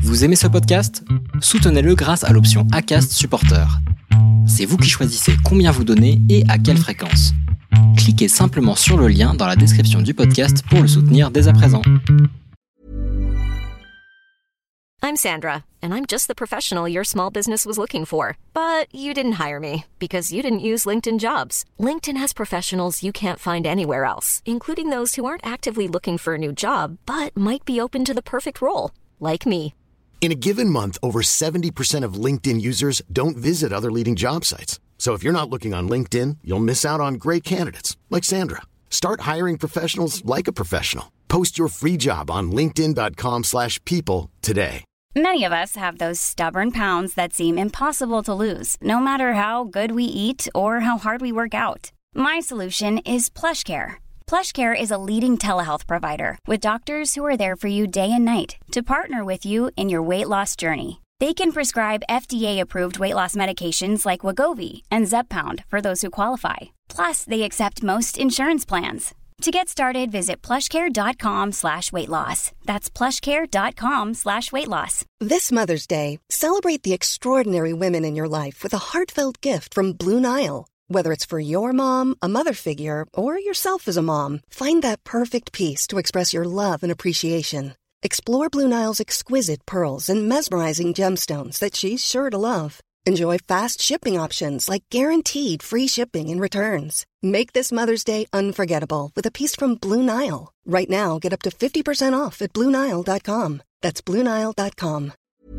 Vous aimez ce podcast ? Soutenez-le grâce à l'option Acast Supporter. C'est vous qui choisissez combien vous donnez et à quelle fréquence. Cliquez simplement sur le lien dans la description du podcast pour le soutenir dès à présent. I'm Sandra, and I'm just the professional your small business was looking for. But you didn't hire me because you didn't use LinkedIn Jobs. LinkedIn has professionals you can't find anywhere else, including those who aren't actively looking for a new job, but might be open to the perfect role, like me. In a given month, over 70% of LinkedIn users don't visit other leading job sites. So if you're not looking on LinkedIn, you'll miss out on great candidates like Sandra. Start hiring professionals like a professional. Post your free job on linkedin.com/people today. Many of us have those stubborn pounds that seem impossible to lose, no matter how good we eat or how hard we work out. My solution is PlushCare. PlushCare is a leading telehealth provider with doctors who are there for you day and night to partner with you in your weight loss journey. They can prescribe FDA-approved weight loss medications like Wegovy and Zepbound for those who qualify. Plus, they accept most insurance plans. To get started, visit plushcare.com/weightloss. That's plushcare.com/weightloss. This Mother's Day, celebrate the extraordinary women in your life with a heartfelt gift from Blue Nile. Whether it's for your mom, a mother figure, or yourself as a mom, find that perfect piece to express your love and appreciation. Explore Blue Nile's exquisite pearls and mesmerizing gemstones that she's sure to love. Enjoy fast shipping options like guaranteed free shipping and returns. Make this Mother's Day unforgettable with a piece from Blue Nile. Right now, get up to 50% off at BlueNile.com. That's BlueNile.com.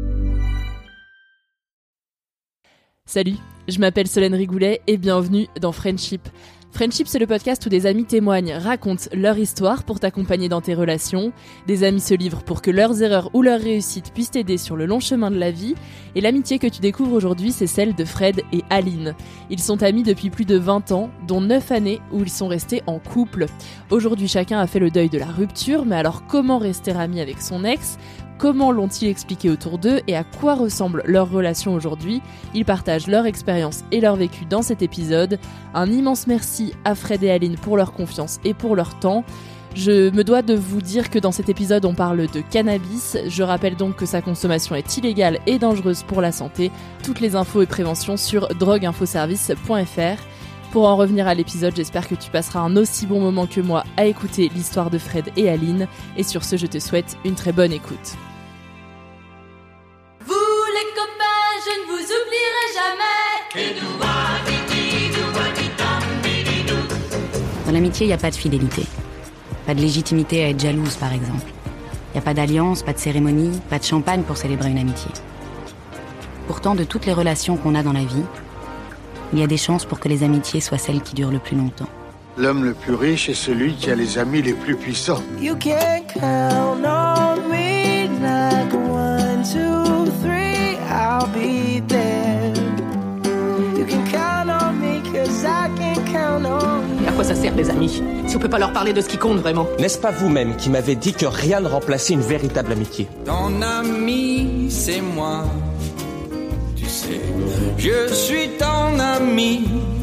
Salut, je m'appelle Solène Rigoulet et bienvenue dans Friendship. Friendship, c'est le podcast où des amis témoignent, racontent leur histoire pour t'accompagner dans tes relations. Des amis se livrent pour que leurs erreurs ou leurs réussites puissent t'aider sur le long chemin de la vie. Et l'amitié que tu découvres aujourd'hui, c'est celle de Fred et Aline. Ils sont amis depuis plus de 20 ans, dont 9 années où ils sont restés en couple. Aujourd'hui, chacun a fait le deuil de la rupture, mais alors comment rester ami avec son ex ? Comment l'ont-ils expliqué autour d'eux et à quoi ressemble leur relation aujourd'hui ? Ils partagent leur expérience et leur vécu dans cet épisode. Un immense merci à Fred et Aline pour leur confiance et pour leur temps. Je me dois de vous dire que dans cet épisode, on parle de cannabis. Je rappelle donc que sa consommation est illégale et dangereuse pour la santé. Toutes les infos et préventions sur drogueinfoservice.fr. Pour en revenir à l'épisode, j'espère que tu passeras un aussi bon moment que moi à écouter l'histoire de Fred et Aline. Et sur ce, je te souhaite une très bonne écoute. Vous les copains, je ne vous oublierai jamais. Dans l'amitié, il n'y a pas de fidélité. Pas de légitimité à être jalouse, par exemple. Il n'y a pas d'alliance, pas de cérémonie, pas de champagne pour célébrer une amitié. Pourtant, de toutes les relations qu'on a dans la vie, il y a des chances pour que les amitiés soient celles qui durent le plus longtemps. L'homme le plus riche est celui qui a les amis les plus puissants. You can count on me like 1, 2, 3, I'll be there. You can count on me 'cause I can count on you. À quoi ça sert les amis, si on peut pas leur parler de ce qui compte vraiment ? N'est-ce pas vous-même qui m'avez dit que rien ne remplaçait une véritable amitié ? Ton ami, c'est moi. Tu sais, je suis ton ami.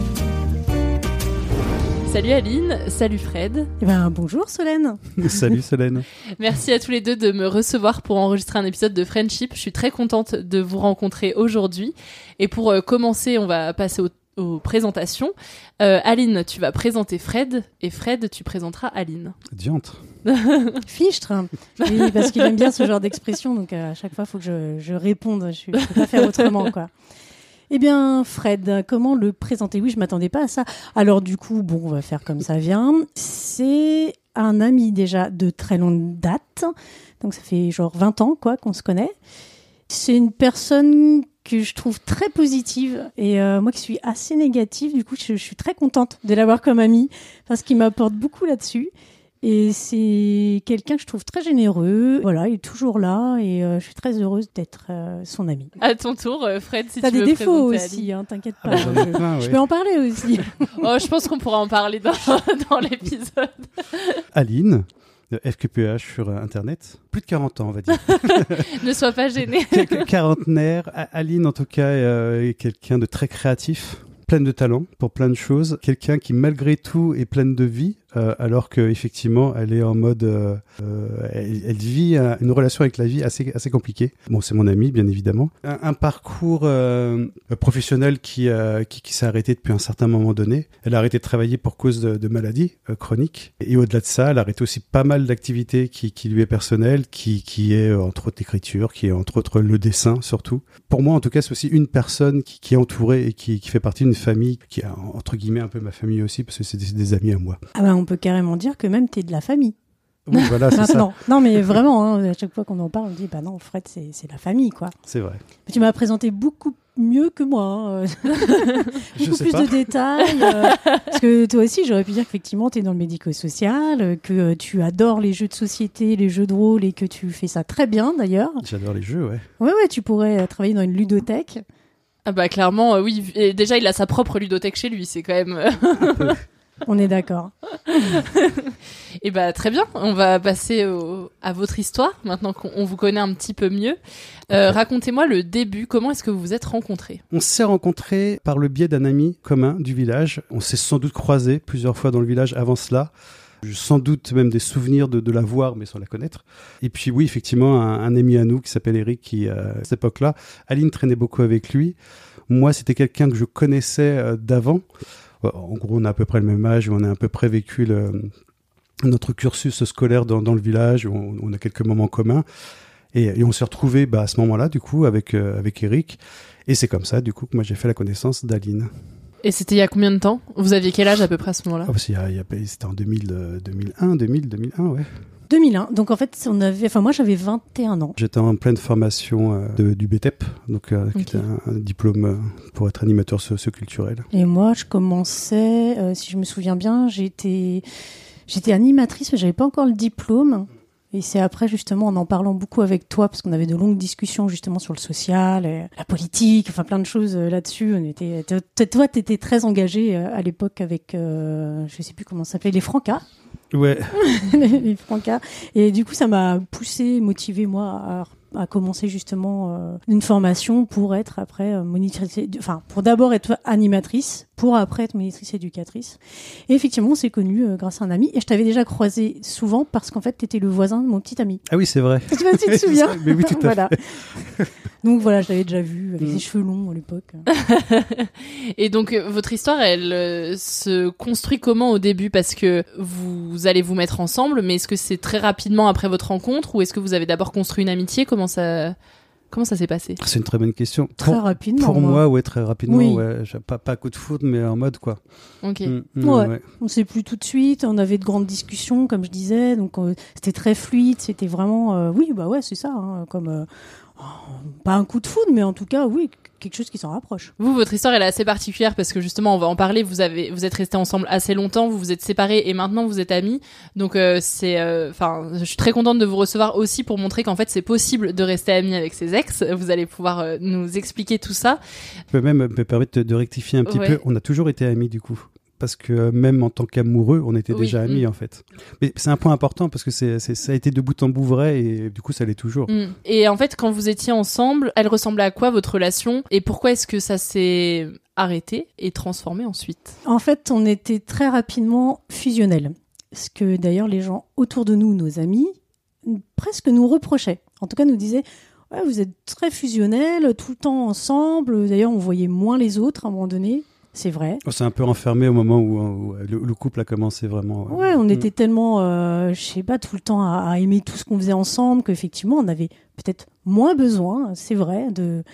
Salut Aline, salut Fred. Bonjour Solène. Salut Solène. Merci à tous les deux de me recevoir pour enregistrer un épisode de Friendship. Je suis très contente de vous rencontrer aujourd'hui. Et pour commencer, on va passer aux présentations. Aline, tu vas présenter Fred, et Fred, tu présenteras Aline. Diantre. Fichtre. Oui, parce qu'il aime bien ce genre d'expression, donc à chaque fois, il faut que je réponde. Je ne peux pas faire autrement, quoi. Eh bien, Fred, comment le présenter ? Oui, je ne m'attendais pas à ça. Alors du coup, on va faire comme ça vient. C'est un ami déjà de très longue date. Donc ça fait genre 20 ans qu'on se connaît. C'est une personne que je trouve très positive et moi qui suis assez négative, du coup je suis très contente de l'avoir comme ami parce qu'il m'apporte beaucoup là-dessus. Et c'est quelqu'un que je trouve très généreux. Voilà, il est toujours là et je suis très heureuse d'être son amie. À ton tour, Fred, si tu veux présenter T'as des défauts aussi, t'inquiète pas. Je peux en parler aussi. Je pense qu'on pourra en parler dans l'épisode. Aline, FQPH sur Internet, plus de 40 ans, on va dire. Ne sois pas gêné. Quarantenaire. Aline, en tout cas, est quelqu'un de très créatif. Pleine de talent pour plein de choses, quelqu'un qui malgré tout est pleine de vie, alors qu'effectivement, elle est en mode... elle vit une relation avec la vie assez compliquée. Bon, c'est mon amie, bien évidemment. Un parcours professionnel qui s'est arrêté depuis un certain moment donné. Elle a arrêté de travailler pour cause de maladies chroniques. Et au-delà de ça, elle a arrêté aussi pas mal d'activités qui lui est personnelle, qui est entre autres l'écriture, qui est entre autres le dessin surtout. Pour moi, en tout cas, c'est aussi une personne qui est entourée et qui fait partie d'une famille qui est entre guillemets un peu ma famille aussi, parce que c'est des amis à moi. Ah ben, on peut carrément dire que même t'es de la famille. Oui, voilà, c'est ça. Non, mais vraiment, hein, à chaque fois qu'on en parle, on dit, bah non, Fred, c'est la famille, quoi. C'est vrai. Mais tu m'as présenté beaucoup mieux que moi. Beaucoup plus de détails. Parce que toi aussi, j'aurais pu dire qu'effectivement, tu es dans le médico-social, que tu adores les jeux de société, les jeux de rôle, et que tu fais ça très bien, d'ailleurs. J'adore les jeux, ouais. Ouais, tu pourrais travailler dans une ludothèque. Ah bah clairement, oui. Et déjà, il a sa propre ludothèque chez lui, c'est quand même... On est d'accord. Et bah très bien, on va passer à votre histoire, maintenant qu'on vous connaît un petit peu mieux. Racontez-moi le début, comment est-ce que vous vous êtes rencontrés ? On s'est rencontrés par le biais d'un ami commun du village. On s'est sans doute croisés plusieurs fois dans le village avant cela. J'ai sans doute même des souvenirs de la voir, mais sans la connaître. Et puis oui, effectivement, un ami à nous qui s'appelle Eric, qui à cette époque-là, Aline traînait beaucoup avec lui. Moi, c'était quelqu'un que je connaissais d'avant. En gros, on a à peu près le même âge, on a à peu près vécu notre cursus scolaire dans le village, on a quelques moments communs. Et on s'est retrouvés à ce moment-là, du coup, avec Eric. Et c'est comme ça, du coup, que moi, j'ai fait la connaissance d'Aline. Et c'était il y a combien de temps ? Vous aviez quel âge à peu près à ce moment-là ? C'était en 2001, ouais. 2001. Donc en fait, moi j'avais 21 ans. J'étais en pleine formation du BTEP, donc qui était un diplôme pour être animateur socio-culturel. Et moi, je commençais, si je me souviens bien, j'étais animatrice, mais j'avais pas encore le diplôme. Et c'est après, justement, en parlant beaucoup avec toi, parce qu'on avait de longues discussions justement sur le social, et la politique, enfin plein de choses là-dessus. Toi, t'étais très engagée à l'époque avec, je sais plus comment ça s'appelait, les Francas. Ouais. Les Francas. Et du coup, ça m'a motivé moi à commencer justement une formation pour être après monitrice, pour d'abord être animatrice, pour après être monitrice éducatrice. Et effectivement, on s'est connus grâce à un ami. Et je t'avais déjà croisé souvent parce qu'en fait, t'étais le voisin de mon petit ami. Ah oui, c'est vrai. Tu te souviens ? Mais oui, tout à voilà. fait. Donc voilà, je l'avais déjà vu avec ses cheveux longs à l'époque. Et donc, votre histoire, elle se construit comment au début ? Parce que vous allez vous mettre ensemble, mais est-ce que c'est très rapidement après votre rencontre ou est-ce que vous avez d'abord construit une amitié ? Comment ça s'est passé ? C'est une très bonne question. Très rapidement. Pour moi, ouais, très rapidement. Oui. Ouais. Pas coup de foudre, mais en mode quoi. Ok. Ouais. On s'est plu tout de suite. On avait de grandes discussions, comme je disais. Donc c'était très fluide. C'était vraiment, c'est ça. Hein, comme pas un coup de foudre, mais en tout cas, oui, quelque chose qui s'en rapproche. Vous, votre histoire, elle est assez particulière parce que justement, on va en parler. Vous êtes restés ensemble assez longtemps, vous vous êtes séparés et maintenant vous êtes amis. Donc je suis très contente de vous recevoir aussi pour montrer qu'en fait c'est possible de rester amis avec ses ex. Vous allez pouvoir nous expliquer tout ça. Je peux même me permettre de rectifier un petit peu. On a toujours été amis du coup. Parce que même en tant qu'amoureux, on était déjà amis en fait. Mais c'est un point important parce que ça a été de bout en bout vrai et du coup ça l'est toujours. Et en fait, quand vous étiez ensemble, elle ressemblait à quoi votre relation ? Et pourquoi est-ce que ça s'est arrêté et transformé ensuite ? En fait, on était très rapidement fusionnels. Ce que d'ailleurs les gens autour de nous, nos amis, presque nous reprochaient. En tout cas, nous disaient « Ouais, vous êtes très fusionnels, tout le temps ensemble. » D'ailleurs, on voyait moins les autres à un moment donné. C'est vrai. On s'est un peu enfermé au moment où le couple a commencé vraiment. Ouais, on était tellement, tout le temps à aimer tout ce qu'on faisait ensemble qu'effectivement, on avait peut-être moins besoin, c'est vrai,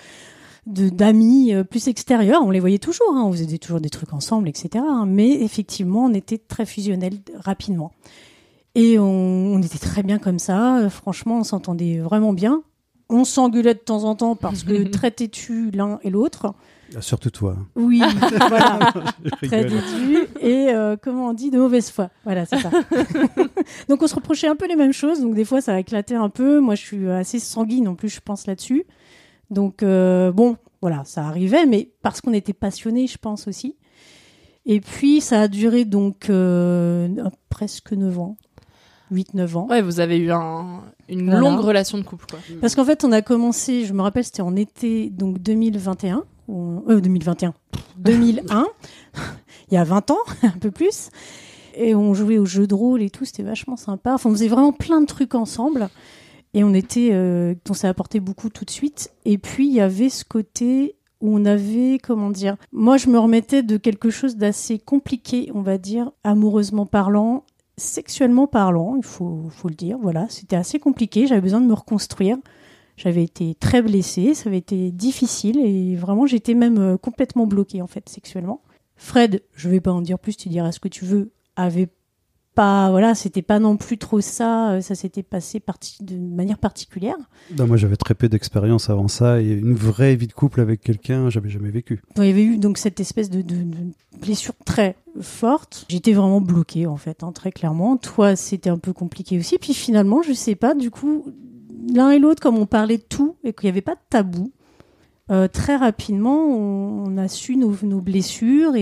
d'amis plus extérieurs. On les voyait toujours, hein, on faisait toujours des trucs ensemble, etc. Hein, mais effectivement, on était très fusionnels rapidement. Et on était très bien comme ça. Franchement, on s'entendait vraiment bien. On s'engueulait de temps en temps parce que très têtus l'un et l'autre. Surtout toi. Oui, voilà. Très têtu et, comment on dit, de mauvaise foi. Voilà, c'est ça. Donc, on se reprochait un peu les mêmes choses. Donc, des fois, ça a éclaté un peu. Moi, je suis assez sanguine, en plus, je pense là-dessus. Donc, voilà, ça arrivait, mais parce qu'on était passionnés, je pense aussi. Et puis, ça a duré donc presque 9 ans. 8-9 ans. Ouais, vous avez eu une longue relation de couple, quoi. Parce qu'en fait, on a commencé, je me rappelle, c'était en été donc 2001. Il y a 20 ans, un peu plus. Et on jouait aux jeux de rôle et tout, c'était vachement sympa. Enfin, on faisait vraiment plein de trucs ensemble. Et on s'est apporté beaucoup tout de suite. Et puis, il y avait ce côté où on avait, moi, je me remettais de quelque chose d'assez compliqué, on va dire, amoureusement parlant, sexuellement parlant, il faut le dire. Voilà, c'était assez compliqué. J'avais besoin de me reconstruire. J'avais été très blessée, ça avait été difficile. Et vraiment, j'étais même complètement bloquée, en fait, sexuellement. Fred, je vais pas en dire plus, tu diras ce que tu veux, avait pas, voilà, c'était pas non plus trop ça s'était passé de manière particulière. Non, moi j'avais très peu d'expérience avant ça et une vraie vie de couple avec quelqu'un, j'avais jamais vécu. Il y avait eu donc cette espèce de blessure très forte. J'étais vraiment bloquée en fait, très clairement. Toi, c'était un peu compliqué aussi. Puis finalement, je sais pas, du coup, l'un et l'autre, comme on parlait de tout et qu'il y avait pas de tabou, très rapidement, on a su nos blessures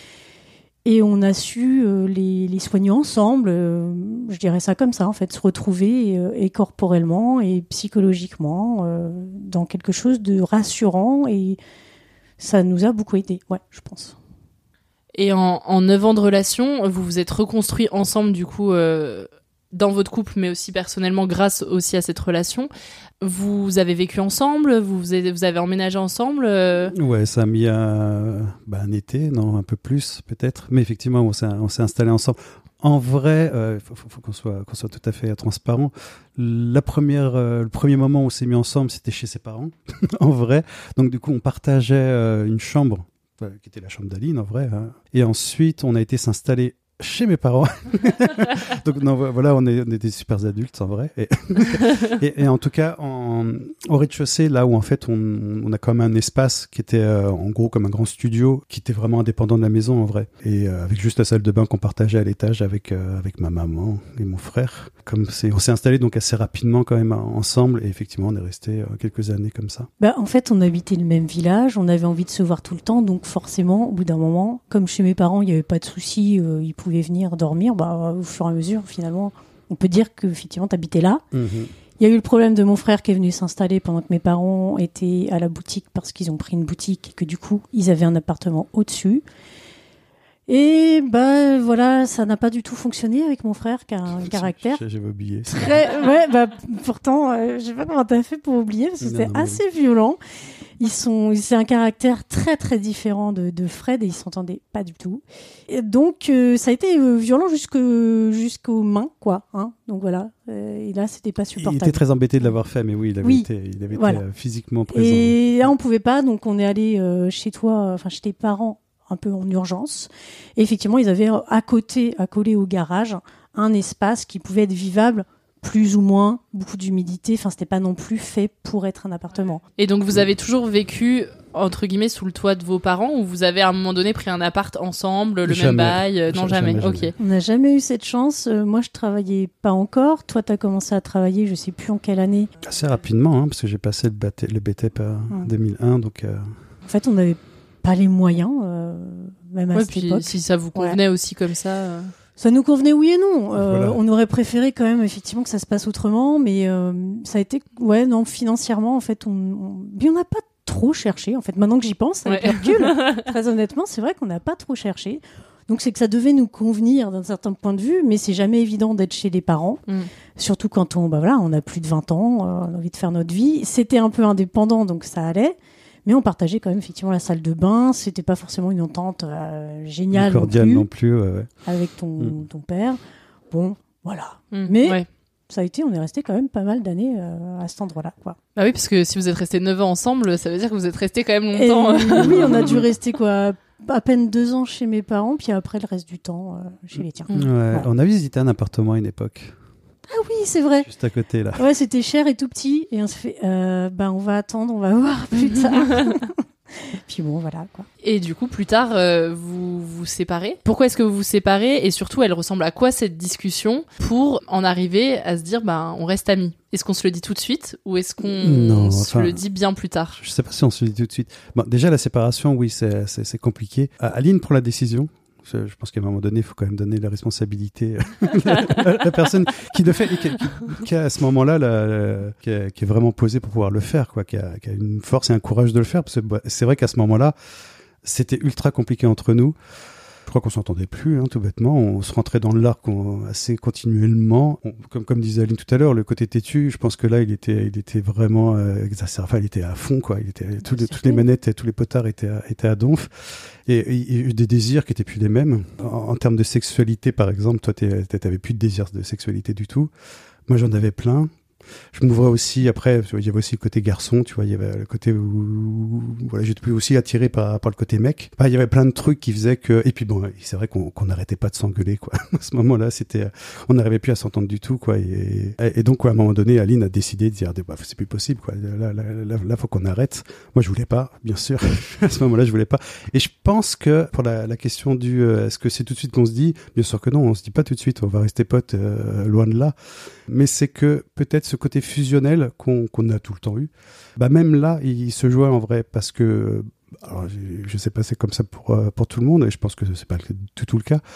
et on a su les soigner ensemble, je dirais ça comme ça en fait, se retrouver et corporellement et psychologiquement dans quelque chose de rassurant et ça nous a beaucoup aidé, ouais, je pense. Et en 9 ans de relation, vous vous êtes reconstruits ensemble du coup dans votre couple, mais aussi personnellement grâce aussi à cette relation. Vous avez vécu ensemble, vous avez emménagé ensemble Ouais, ça a mis un été, non, un peu plus peut-être, mais effectivement on s'est installé ensemble. En vrai, faut qu'on soit tout à fait transparent. Le premier moment où on s'est mis ensemble, c'était chez ses parents, en vrai. Donc du coup, on partageait une chambre, qui était la chambre d'Aline, en vrai. Hein. Et ensuite, on a été s'installer chez mes parents. Donc non, voilà, on est des super adultes en vrai. Et en tout cas, au rez-de-chaussée, là où en fait on a quand même un espace qui était en gros comme un grand studio, qui était vraiment indépendant de la maison en vrai. Et avec juste la salle de bain qu'on partageait à l'étage avec ma maman et mon frère. On s'est installé donc assez rapidement quand même ensemble et effectivement on est resté quelques années comme ça. En fait, on habitait le même village, on avait envie de se voir tout le temps, donc forcément, au bout d'un moment, comme chez mes parents, il n'y avait pas de souci, ils pouvaient venir dormir, au fur et à mesure, finalement, on peut dire que effectivement, t'habitais là. Mmh. Il y a eu le problème de mon frère qui est venu s'installer pendant que mes parents étaient à la boutique parce qu'ils ont pris une boutique et que du coup, ils avaient un appartement au-dessus. Et voilà, ça n'a pas du tout fonctionné avec mon frère qui a un caractère. J'avais oublié. Pourtant, je sais pas comment t'as fait pour oublier parce que c'est assez violent. C'est un caractère très très différent de Fred et ils s'entendaient pas du tout. Et donc ça a été violent jusqu'aux mains, quoi. Hein. Donc voilà. Et là, c'était pas supportable. Il était très embêté de l'avoir fait, mais oui, il avait été physiquement présent. Et là, on pouvait pas, donc on est allé chez tes parents. Un peu en urgence. Et effectivement, ils avaient accolé au garage, un espace qui pouvait être vivable, plus ou moins, beaucoup d'humidité. Enfin, c'était pas non plus fait pour être un appartement. Et donc, vous avez toujours vécu, entre guillemets, sous le toit de vos parents ou vous avez à un moment donné pris un appart ensemble, même bail? Non, jamais. Ok. On n'a jamais eu cette chance. Moi, je travaillais pas encore. Toi, t'as commencé à travailler, je sais plus en quelle année. Assez rapidement, parce que j'ai passé le BTP en 2001. Donc, en fait, on avait pas les moyens, même à cette époque. Si ça vous convenait aussi comme ça Ça nous convenait oui et non. Voilà. On aurait préféré quand même effectivement que ça se passe autrement, mais ça a été financièrement en fait on n'a pas trop cherché en fait. Maintenant que j'y pense avec le recul, très honnêtement, c'est vrai qu'on n'a pas trop cherché. Donc c'est que ça devait nous convenir d'un certain point de vue, mais c'est jamais évident d'être chez les parents, surtout quand on a plus de 20 ans, on a envie de faire notre vie. C'était un peu indépendant, donc ça allait. Mais on partageait quand même effectivement la salle de bain. C'était pas forcément une entente géniale cordiale non plus avec ton père. Bon, voilà. Mais ça a été, on est resté quand même pas mal d'années à cet endroit-là, quoi. Bah oui, parce que si vous êtes restés 9 ans ensemble, ça veut dire que vous êtes restés quand même longtemps. Oui, on a dû rester à peine 2 ans chez mes parents, puis après le reste du temps chez les tiens. Voilà. On a visité un appartement à une époque. Ah oui, c'est vrai. Juste à côté, là. Ouais, c'était cher et tout petit. Et on se fait, on va attendre, on va voir plus tard. Puis bon, voilà, quoi. Et du coup, plus tard, vous vous séparez. Pourquoi est-ce que vous vous séparez? Et surtout, elle ressemble à quoi cette discussion pour en arriver à se dire, on reste amis? Est-ce qu'on se le dit tout de suite ou est-ce qu'on se le dit bien plus tard? Je sais pas si on se le dit tout de suite. Bon, déjà, la séparation, oui, c'est compliqué. Aline prend la décision. Je pense qu'à un moment donné, il faut quand même donner la responsabilité à la personne qui le fait, qui a à ce moment-là, qui est vraiment posée pour pouvoir le faire, quoi, qui a une force et un courage de le faire. Parce que c'est vrai qu'à ce moment-là, c'était ultra compliqué entre nous. Je crois qu'on s'entendait plus, tout bêtement. On se rentrait dans l'arc assez continuellement. Comme disait Aline tout à l'heure, le côté têtu, je pense que là, il était vraiment exacerbé. Enfin, il était à fond, quoi. Toutes les manettes et tous les potards étaient à donf. Et il y a eu des désirs qui étaient plus les mêmes. En termes de sexualité, par exemple, toi, t'avais plus de désir de sexualité du tout. Moi, j'en avais plein. Je m'ouvrais aussi, après, il y avait aussi le côté garçon, tu vois, il y avait le côté où voilà, j'étais plus aussi attiré par le côté mec. Enfin, il y avait plein de trucs qui faisaient que, et puis bon, c'est vrai qu'on n'arrêtait pas de s'engueuler, quoi. À ce moment-là, on n'arrivait plus à s'entendre du tout, quoi. Et donc, à un moment donné, Aline a décidé de dire, bah, c'est plus possible, quoi. Là, faut qu'on arrête. Moi, je voulais pas, bien sûr. À ce moment-là, je voulais pas. Et je pense que, pour la question est-ce que c'est tout de suite qu'on se dit? Bien sûr que non, on se dit pas tout de suite, on va rester potes, loin de là. Mais c'est que, peut-être, ce côté fusionnel qu'on a tout le temps eu, bah même là, il se joue en vrai parce que, alors je sais pas, c'est comme ça pour tout le monde et je pense que c'est pas tout le cas,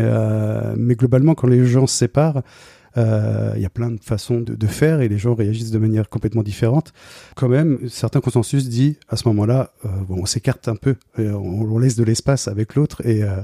mais globalement, quand les gens se séparent, il y a plein de façons de faire et les gens réagissent de manière complètement différente. Quand même, certains consensus disent à ce moment-là, on s'écarte un peu, on laisse de l'espace avec l'autre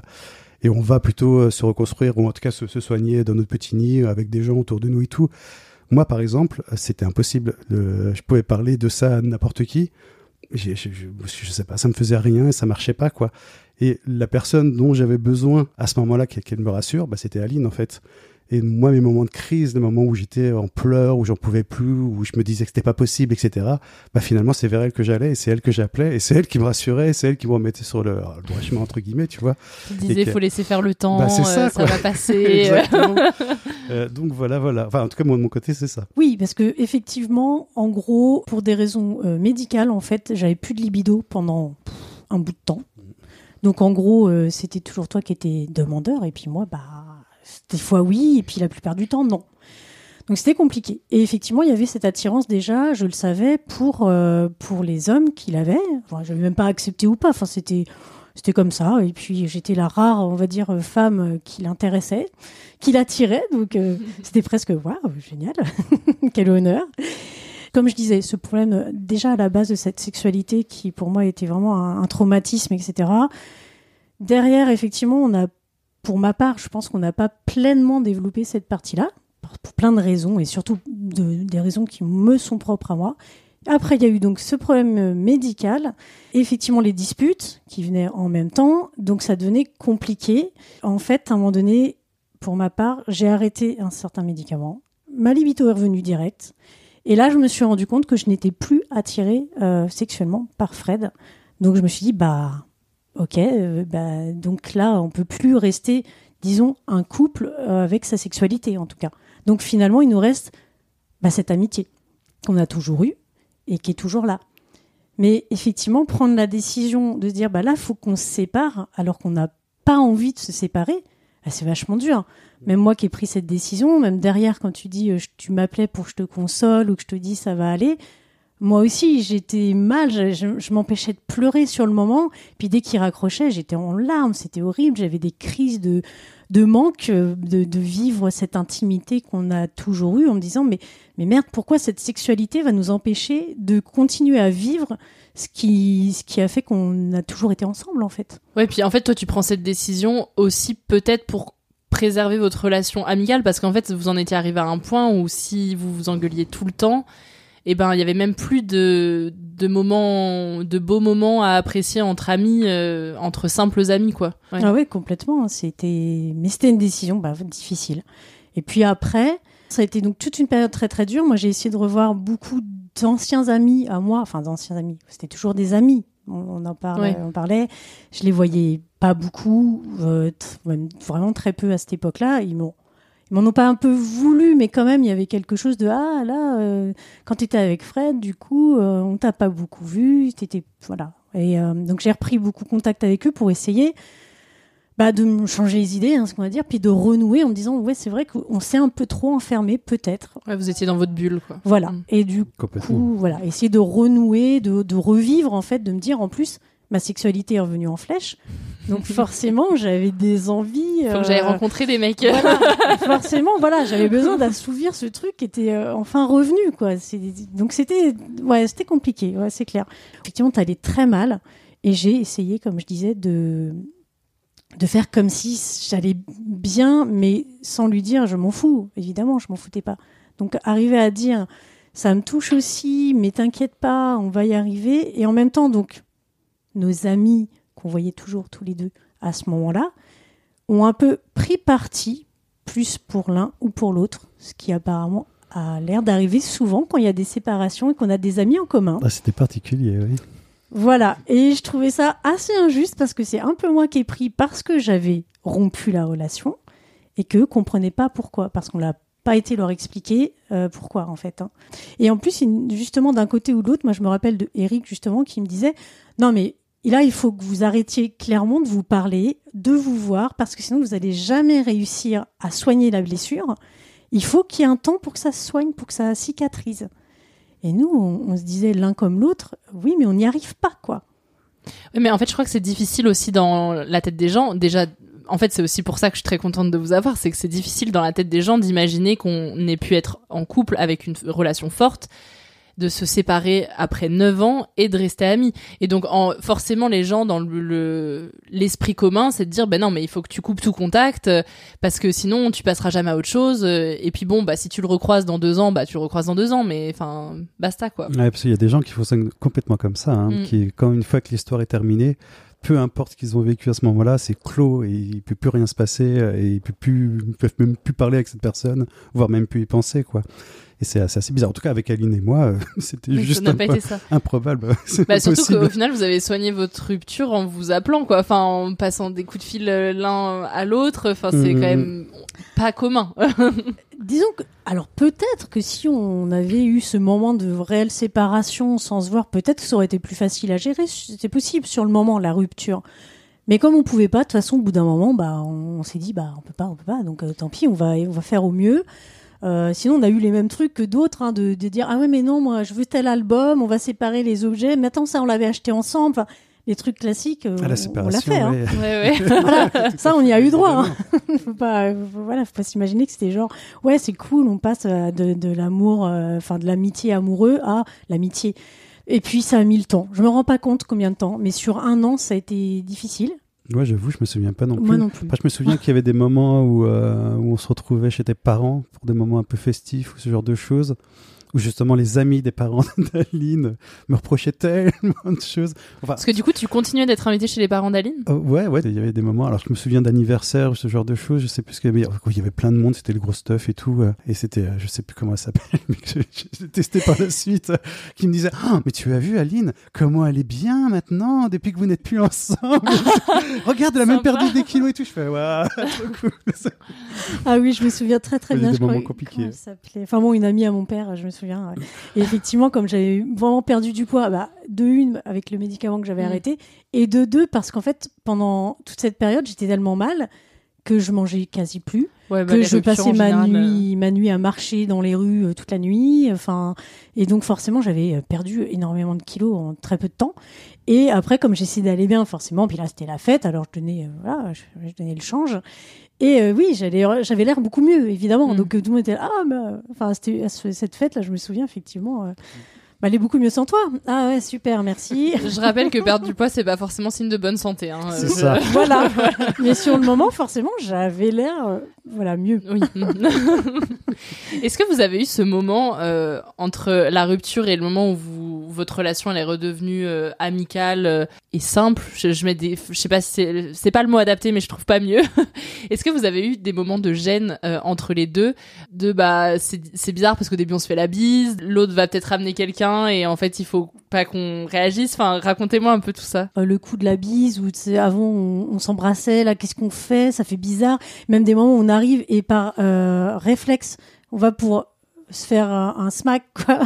et on va plutôt se reconstruire ou en tout cas se soigner dans notre petit nid avec des gens autour de nous et tout. Moi, par exemple, c'était impossible. Je pouvais parler de ça à n'importe qui. Je sais pas, ça me faisait rien et ça marchait pas, quoi. Et la personne dont j'avais besoin à ce moment-là qu'elle me rassure, bah, c'était Aline, en fait. Et moi, mes moments de crise, les moments où j'étais en pleurs, où j'en pouvais plus, où je me disais que c'était pas possible, etc. Bah, finalement, c'est vers elle que j'allais et c'est elle que j'appelais et c'est elle qui me rassurait et c'est elle qui me remettait sur le droit chemin, entre guillemets, tu vois. Tu disais, faut laisser faire le temps, bah, c'est ça va passer. Exactement. Donc voilà. Enfin, en tout cas, moi, de mon côté, c'est ça. Oui, parce que effectivement, en gros, pour des raisons médicales, en fait, j'avais plus de libido pendant un bout de temps. Donc en gros, c'était toujours toi qui étais demandeur et puis moi, bah, des fois oui, et puis la plupart du temps non. Donc c'était compliqué. Et effectivement, il y avait cette attirance déjà, je le savais, pour les hommes qu'il avait. Enfin, je n'avais même pas accepté ou pas. Enfin, c'était comme ça. Et puis j'étais la rare, on va dire, femme qui l'intéressait, qui l'attirait. Donc c'était presque waouh, génial, quel honneur. Comme je disais, ce problème déjà à la base de cette sexualité qui pour moi était vraiment un traumatisme, etc. Derrière, effectivement, pour ma part, je pense qu'on n'a pas pleinement développé cette partie-là, pour plein de raisons, et surtout des raisons qui me sont propres à moi. Après, il y a eu donc ce problème médical, et effectivement les disputes qui venaient en même temps, donc ça devenait compliqué. En fait, à un moment donné, pour ma part, j'ai arrêté un certain médicament. Ma libido est revenue direct, et là, je me suis rendu compte que je n'étais plus attirée sexuellement par Fred. Donc je me suis dit, ok, donc là, on peut plus rester, disons, un couple avec sa sexualité, en tout cas. Donc finalement, il nous reste cette amitié qu'on a toujours eue et qui est toujours là. Mais effectivement, prendre la décision de se dire, là, il faut qu'on se sépare, alors qu'on n'a pas envie de se séparer, c'est vachement dur. Même moi qui ai pris cette décision, même derrière, quand tu dis, tu m'appelais pour que je te console ou que je te dis, ça va aller, moi aussi, j'étais mal, je m'empêchais de pleurer sur le moment. Puis dès qu'il raccrochait, j'étais en larmes, c'était horrible. J'avais des crises de manque de vivre cette intimité qu'on a toujours eue en me disant mais merde, pourquoi cette sexualité va nous empêcher de continuer à vivre ce qui a fait qu'on a toujours été ensemble, en fait. Ouais, puis en fait, toi, tu prends cette décision aussi peut-être pour préserver votre relation amicale, parce qu'en fait, vous en étiez arrivé à un point où si vous vous engueuliez tout le temps, il y avait même plus de beaux moments à apprécier entre amis, entre simples amis, quoi. Ouais. Ah ouais, complètement. C'était une décision difficile. Et puis après, ça a été donc toute une période très très dure. Moi, j'ai essayé de revoir beaucoup d'anciens amis à moi, enfin d'anciens amis. C'était toujours des amis. On en parlait, ouais. On parlait. Je les voyais pas beaucoup, même vraiment très peu à cette époque-là. Ils m'en ont pas un peu voulu, mais quand même, il y avait quelque chose de quand t'étais avec Fred, du coup, on t'a pas beaucoup vu, voilà. Et donc j'ai repris beaucoup contact avec eux pour essayer de me changer les idées, ce qu'on va dire, puis de renouer en me disant ouais, c'est vrai qu'on s'est un peu trop enfermé, peut-être. Ouais, vous étiez dans votre bulle, quoi. Voilà. Et du coup, voilà, essayer de renouer, de revivre, en fait, de me dire en plus, ma sexualité est revenue en flèche. Donc forcément, j'avais des envies. Faut que j'aille rencontrer des mecs. Voilà, forcément, voilà, j'avais besoin d'assouvir ce truc qui était enfin revenu, quoi. Donc c'était compliqué, ouais, c'est clair. Effectivement, t'allais très mal, et j'ai essayé, comme je disais, de de faire comme si j'allais bien, mais sans lui dire je m'en fous. Évidemment, je m'en foutais pas. Donc arriver à dire ça me touche aussi, mais t'inquiète pas, on va y arriver. Et en même temps, donc nos amis qu'on voyait toujours tous les deux à ce moment-là ont un peu pris parti, plus pour l'un ou pour l'autre, ce qui apparemment a l'air d'arriver souvent quand il y a des séparations et qu'on a des amis en commun. Ah, c'était particulier, oui. Voilà, et je trouvais ça assez injuste parce que c'est un peu moi qui ai pris parce que j'avais rompu la relation et qu'eux comprenaient pas pourquoi, parce qu'on l'a pas été leur expliquer pourquoi en fait. Et en plus, justement d'un côté ou de l'autre, moi je me rappelle de Eric justement qui me disait non mais là il faut que vous arrêtiez clairement de vous parler, de vous voir, parce que sinon vous allez jamais réussir à soigner la blessure. Il faut qu'il y ait un temps pour que ça se soigne, pour que ça cicatrise. Et nous, on se disait l'un comme l'autre, oui, mais on n'y arrive pas, quoi. Oui, mais en fait, je crois que c'est difficile aussi dans la tête des gens. Déjà, en fait, c'est aussi pour ça que je suis très contente de vous avoir, c'est que c'est difficile dans la tête des gens d'imaginer qu'on ait pu être en couple avec une relation forte, de se séparer après 9 ans et de rester amis. Et donc, forcément, les gens, dans l'esprit commun, c'est de dire, ben non, mais il faut que tu coupes tout contact, parce que sinon, tu passeras jamais à autre chose. Et puis bon, bah, si tu le recroises dans 2 ans, bah, tu le recroises dans 2 ans, mais enfin, basta, quoi. Ouais, parce qu'il y a des gens qui fonctionnent complètement comme ça, hein, qui, quand une fois que l'histoire est terminée, peu importe ce qu'ils ont vécu à ce moment-là, c'est clos et il peut plus rien se passer et ils peuvent même plus parler avec cette personne, voire même plus y penser, quoi. Et c'est assez bizarre. En tout cas, avec Aline et moi, c'était juste improbable. Surtout qu'au final, vous avez soigné votre rupture en vous appelant, quoi. Enfin, en passant des coups de fil l'un à l'autre. Enfin, c'est quand même pas commun. Disons que, alors peut-être que si on avait eu ce moment de réelle séparation sans se voir, peut-être que ça aurait été plus facile à gérer. C'est possible sur le moment, la rupture. Mais comme on pouvait pas, de toute façon, au bout d'un moment, bah, on s'est dit, bah, on peut pas. Donc, tant pis, on va faire au mieux. Sinon, on a eu les mêmes trucs que d'autres, hein, de dire ah ouais mais non, moi je veux tel album, on va séparer les objets. Mais attends, ça on l'avait acheté ensemble. Enfin, les trucs classiques, on l'a fait. Hein. Ouais. Voilà, ça on y a eu droit. Hein. Faut pas s'imaginer que c'était genre ouais c'est cool, on passe de l'amour, de l'amitié amoureux à l'amitié. Et puis ça a mis le temps. Je me rends pas compte combien de temps, mais sur 1 an ça a été difficile. Ouais, j'avoue, je me souviens pas non plus. Moi non plus. Enfin, je me souviens qu'il y avait des moments où on se retrouvait chez tes parents pour des moments un peu festifs ou ce genre de choses, où justement les amis des parents d'Aline me reprochaient tellement de choses. Enfin, parce que du coup, tu continuais d'être invité chez les parents d'Aline ? Ouais, il y avait des moments. Alors, je me souviens d'anniversaire ou ce genre de choses. Je sais plus ce qu'il y avait. Il y avait plein de monde, c'était le gros stuff et tout. Et c'était, je sais plus comment elle s'appelle, mais que j'ai testé par la suite, qui me disait « mais tu as vu Aline, comment elle est bien maintenant, depuis que vous n'êtes plus ensemble. Regarde, elle a même perdu des kilos et tout. » Je fais « waouh, trop cool. » Ah oui, je me souviens très très bien. Des moments compliqués. Enfin bon, une amie à mon père, je me souviens. Ouais. Et effectivement, comme j'avais vraiment perdu du poids, de une, avec le médicament que j'avais arrêté, et de deux, parce qu'en fait, pendant toute cette période, j'étais tellement mal que je mangeais quasi plus, que je passais ma nuit à marcher dans les rues toute la nuit, et donc forcément, j'avais perdu énormément de kilos en très peu de temps. Et après, comme j'essayais d'aller bien, forcément, puis là, c'était la fête, alors je donnais le change. Et oui, j'avais l'air beaucoup mieux, évidemment. Donc tout le monde était là, c'était cette fête-là, je me souviens effectivement. Elle est beaucoup mieux sans toi. Ah ouais, super, merci. Je rappelle que perdre du poids, c'est pas forcément signe de bonne santé. Hein. C'est ça. Voilà. Mais sur le moment, forcément, j'avais l'air, mieux. Oui. Est-ce que vous avez eu ce moment entre la rupture et le moment où votre relation elle est redevenue amicale et simple? Je sais pas si c'est pas le mot adapté, mais je trouve pas mieux. Est-ce que vous avez eu des moments de gêne entre les deux? C'est bizarre parce qu'au début on se fait la bise, l'autre va peut-être ramener quelqu'un et en fait il faut pas qu'on réagisse. Enfin, racontez-moi un peu tout ça. Le coup de la bise où avant on s'embrassait, là qu'est-ce qu'on fait? Ça fait bizarre. Même des moments où on arrive et par réflexe on va pour se faire un smack quoi.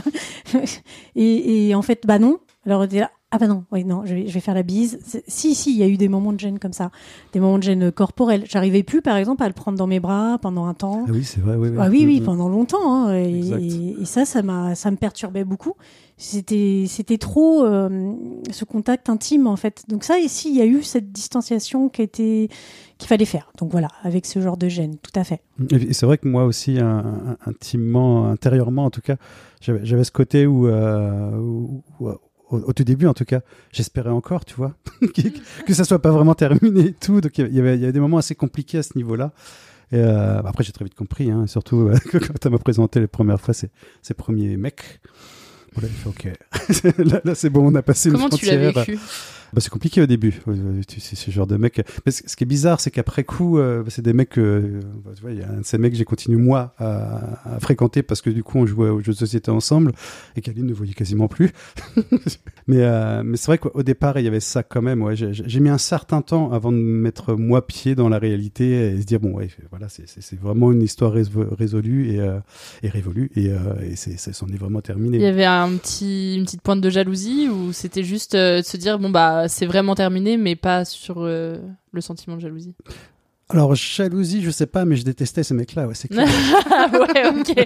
et en fait non. Alors on était là, je vais faire la bise. Si, il y a eu des moments de gêne comme ça, des moments de gêne corporelle. J'arrivais plus, par exemple, à le prendre dans mes bras pendant un temps. Ah oui, c'est vrai, oui. Ah oui, pendant longtemps. Hein, et ça me perturbait beaucoup. C'était trop ce contact intime, en fait. Donc ça, ici, il y a eu cette distanciation qu'il fallait faire. Donc voilà, avec ce genre de gêne, tout à fait. Et c'est vrai que moi aussi, intimement, intérieurement, en tout cas, j'avais ce côté où au tout début en tout cas, j'espérais encore, tu vois, que ça soit pas vraiment terminé et tout. Donc il y avait des moments assez compliqués à ce niveau-là. Et après j'ai très vite compris, hein, surtout quand elle m'a présenté les premières fois ces premiers mecs. Voilà, il fait ok. là c'est bon, on a passé une frontière. Comment tu l'as vécu? C'est compliqué au début. C'est ce genre de mec. Mais ce qui est bizarre, c'est qu'après coup, c'est des mecs. Tu vois, il y a un de ces mecs que j'ai continué moi à fréquenter parce que du coup, on jouait aux jeux de société ensemble et qu'Aline ne voyait quasiment plus. mais c'est vrai qu'au départ, il y avait ça quand même. Ouais, j'ai mis un certain temps avant de mettre moi pied dans la réalité et se dire bon, ouais, voilà, c'est vraiment une histoire résolue et révolue et c'en est vraiment terminé. Il y avait une petite pointe de jalousie ou c'était juste de se dire bon bah c'est vraiment terminé, mais pas sur le sentiment de jalousie. Alors, jalousie, je sais pas, mais je détestais ces mecs-là, ouais, c'est clair. Ouais,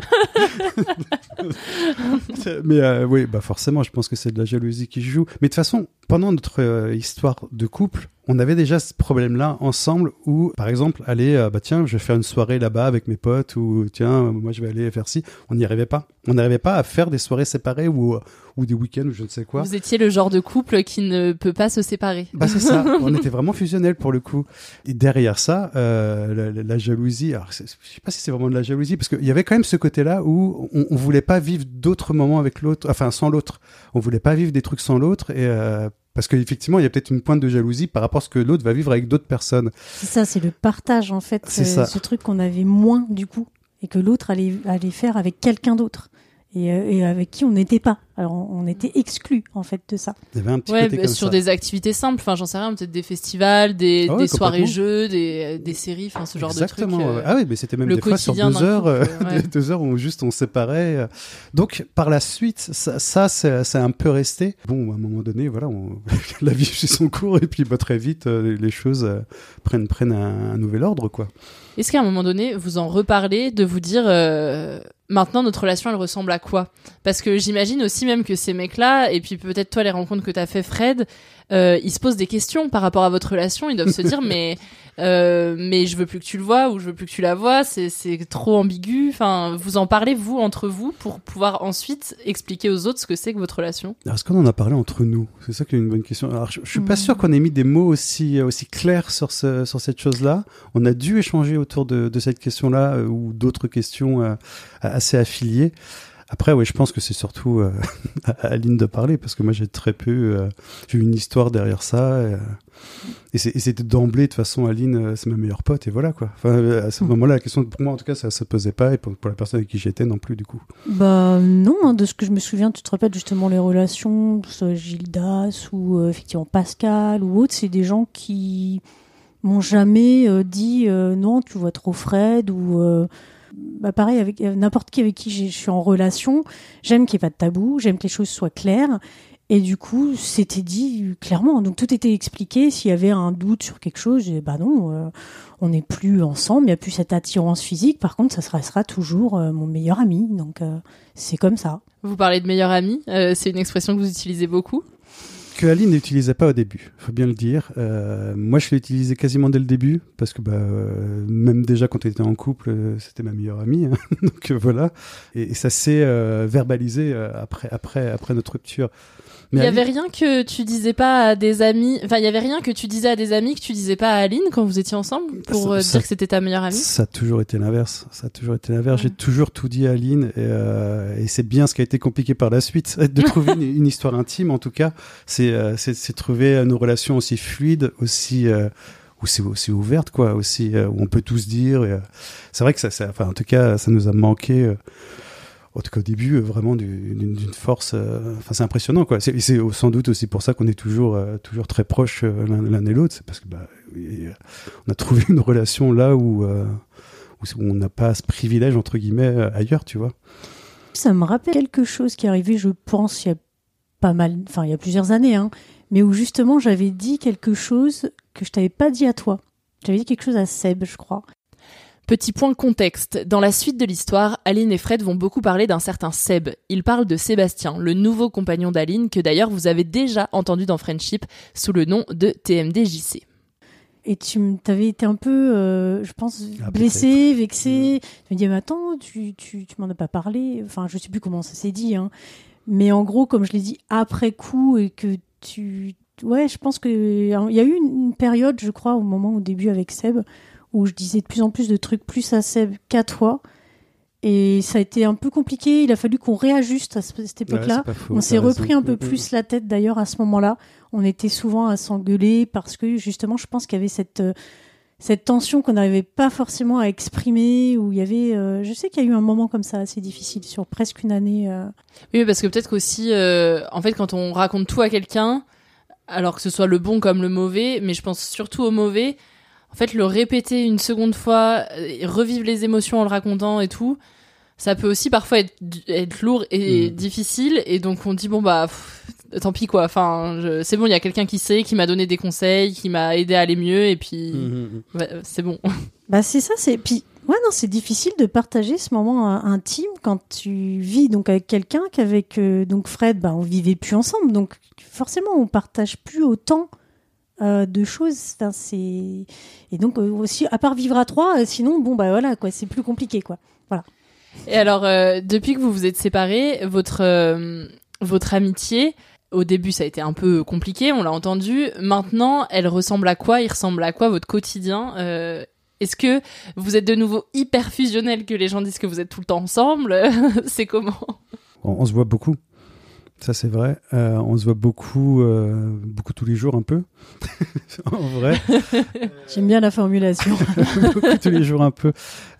ok. Mais oui, bah forcément, je pense que c'est de la jalousie qui joue. Mais de toute façon, pendant notre histoire de couple, on avait déjà ce problème-là ensemble où, par exemple, aller, tiens, je vais faire une soirée là-bas avec mes potes ou tiens, moi je vais aller faire ci. On n'y arrivait pas. On n'arrivait pas à faire des soirées séparées ou des week-ends ou je ne sais quoi. Vous étiez le genre de couple qui ne peut pas se séparer. Bah c'est ça. On était vraiment fusionnels pour le coup. Et derrière ça, la jalousie. Alors, je sais pas si c'est vraiment de la jalousie parce qu'il y avait quand même ce côté-là où on voulait pas vivre d'autres moments avec l'autre, enfin sans l'autre. On voulait pas vivre des trucs sans l'autre et parce qu'effectivement, il y a peut-être une pointe de jalousie par rapport à ce que l'autre va vivre avec d'autres personnes. C'est ça, c'est le partage en fait. C'est ça. Ce truc qu'on avait moins du coup et que l'autre allait faire avec quelqu'un d'autre. Et avec qui on n'était pas. Alors on était exclus en fait de ça. Il y avait un petit côté comme sur ça. des activités simples, enfin j'en sais rien, peut-être des festivals, des soirées jeux, des séries, enfin ce genre Exactement, de trucs. Ouais. Ah oui, mais c'était même des fois sur 2 heures, ouais. 2 heures où juste on séparait. Donc par la suite, ça c'est un peu resté. Bon, à un moment donné, voilà, la vie suit son cours et puis très vite les choses prennent un nouvel ordre, quoi. Est-ce qu'à un moment donné, vous en reparlez de vous dire maintenant notre relation elle ressemble à quoi? Parce que j'imagine aussi même que ces mecs-là, et puis peut-être toi les rencontres que t'as fait Fred, ils se posent des questions par rapport à votre relation, ils doivent se dire mais je veux plus que tu le vois ou je veux plus que tu la vois, c'est trop ambigu. Enfin, vous en parlez vous entre vous pour pouvoir ensuite expliquer aux autres ce que c'est que votre relation. Alors, est-ce qu'on en a parlé entre nous? C'est ça qui est une bonne question. Alors je suis pas sûr qu'on ait mis des mots aussi clairs sur cette chose-là. On a dû échanger autour de cette question-là ou d'autres questions assez affiliées. Après, oui, je pense que c'est surtout à Aline de parler, parce que moi, j'ai très peu... j'ai eu une histoire derrière ça, et c'était d'emblée, de toute façon, Aline, c'est ma meilleure pote, et voilà, quoi. Enfin, à ce moment-là, la question, pour moi, en tout cas, ça se posait pas, et pour la personne avec qui j'étais non plus, du coup. Bah non, hein, de ce que je me souviens, tu te rappelles justement les relations, soit Gildas, ou effectivement Pascal, ou autres, c'est des gens qui m'ont jamais dit non, tu vois trop Fred, ou... pareil avec n'importe qui avec qui je suis en relation, j'aime qu'il n'y ait pas de tabou, j'aime que les choses soient claires et du coup c'était dit clairement, donc tout était expliqué. S'il y avait un doute sur quelque chose, non, on n'est plus ensemble, il n'y a plus cette attirance physique, par contre ça restera toujours mon meilleur ami, donc c'est comme ça. Vous parlez de meilleur ami, c'est une expression que vous utilisez beaucoup que Aline n'utilisait pas au début, faut bien le dire. Moi, je l'ai utilisé quasiment dès le début, parce que même déjà quand on était en couple, c'était ma meilleure amie, hein. Donc voilà. Et ça s'est verbalisé après notre rupture. Il y avait rien que tu disais pas à des amis, enfin il y avait rien que tu disais à des amis que tu disais pas à Aline quand vous étiez ensemble pour dire que c'était ta meilleure amie. Ça a toujours été l'inverse. Ouais. J'ai toujours tout dit à Aline et c'est bien ce qui a été compliqué par la suite de trouver une histoire intime. En tout cas, c'est trouver nos relations aussi fluides, aussi ouverte, quoi, aussi où on peut tout se dire. Et, c'est vrai que en tout cas, ça nous a manqué. En tout cas, au début, vraiment d'une force. C'est impressionnant, quoi. C'est sans doute aussi pour ça qu'on est toujours très proches l'un et l'autre. C'est parce que on a trouvé une relation là où on n'a pas ce privilège entre guillemets ailleurs, tu vois. Ça me rappelle quelque chose qui est arrivé, je pense, il y a plusieurs années, hein, mais où justement j'avais dit quelque chose que je t'avais pas dit à toi. J'avais dit quelque chose à Seb, je crois. Petit point contexte. Dans la suite de l'histoire, Aline et Fred vont beaucoup parler d'un certain Seb. Ils parlent de Sébastien, le nouveau compagnon d'Aline, que d'ailleurs vous avez déjà entendu dans Friendship sous le nom de TMDJC. Et tu t'avais été un peu, je pense, blessé, vexé. Je me dis, mais attends, tu m'en as pas parlé. Enfin, je sais plus comment ça s'est dit, hein. Mais en gros, comme je l'ai dit après coup et que je pense que il y a eu une période, je crois, au début avec Seb, où je disais de plus en plus de trucs plus à Seb qu'à toi. Et ça a été un peu compliqué. Il a fallu qu'on réajuste à cette époque-là. On s'est repris un peu plus la tête d'ailleurs à ce moment-là. On était souvent à s'engueuler parce que justement, je pense qu'il y avait cette tension qu'on n'arrivait pas forcément à exprimer. Où il y avait, je sais qu'il y a eu un moment comme ça assez difficile sur presque une année. Oui, parce que peut-être qu'aussi, en fait, quand on raconte tout à quelqu'un, alors que ce soit le bon comme le mauvais, mais je pense surtout au mauvais. En fait, le répéter une seconde fois, revivre les émotions en le racontant et tout, ça peut aussi parfois être lourd et difficile. Et donc, on dit, tant pis quoi. Enfin, c'est bon, il y a quelqu'un qui sait, qui m'a donné des conseils, qui m'a aidé à aller mieux. Et puis, c'est bon. C'est ça, c'est difficile de partager ce moment intime quand tu vis donc avec quelqu'un qu'avec donc Fred, on vivait plus ensemble. Donc, forcément, on partage plus autant de choses, et donc aussi à part vivre à trois, sinon voilà quoi, c'est plus compliqué quoi. Voilà. Et alors depuis que vous vous êtes séparés, votre amitié, au début ça a été un peu compliqué, on l'a entendu. Maintenant, elle ressemble à quoi? Il ressemble à quoi votre quotidien? Est-ce que vous êtes de nouveau hyper fusionnels, que les gens disent que vous êtes tout le temps ensemble? C'est comment? On se voit beaucoup. Ça, c'est vrai. On se voit beaucoup tous les jours, un peu. En vrai. J'aime bien la formulation. Beaucoup tous les jours, un peu.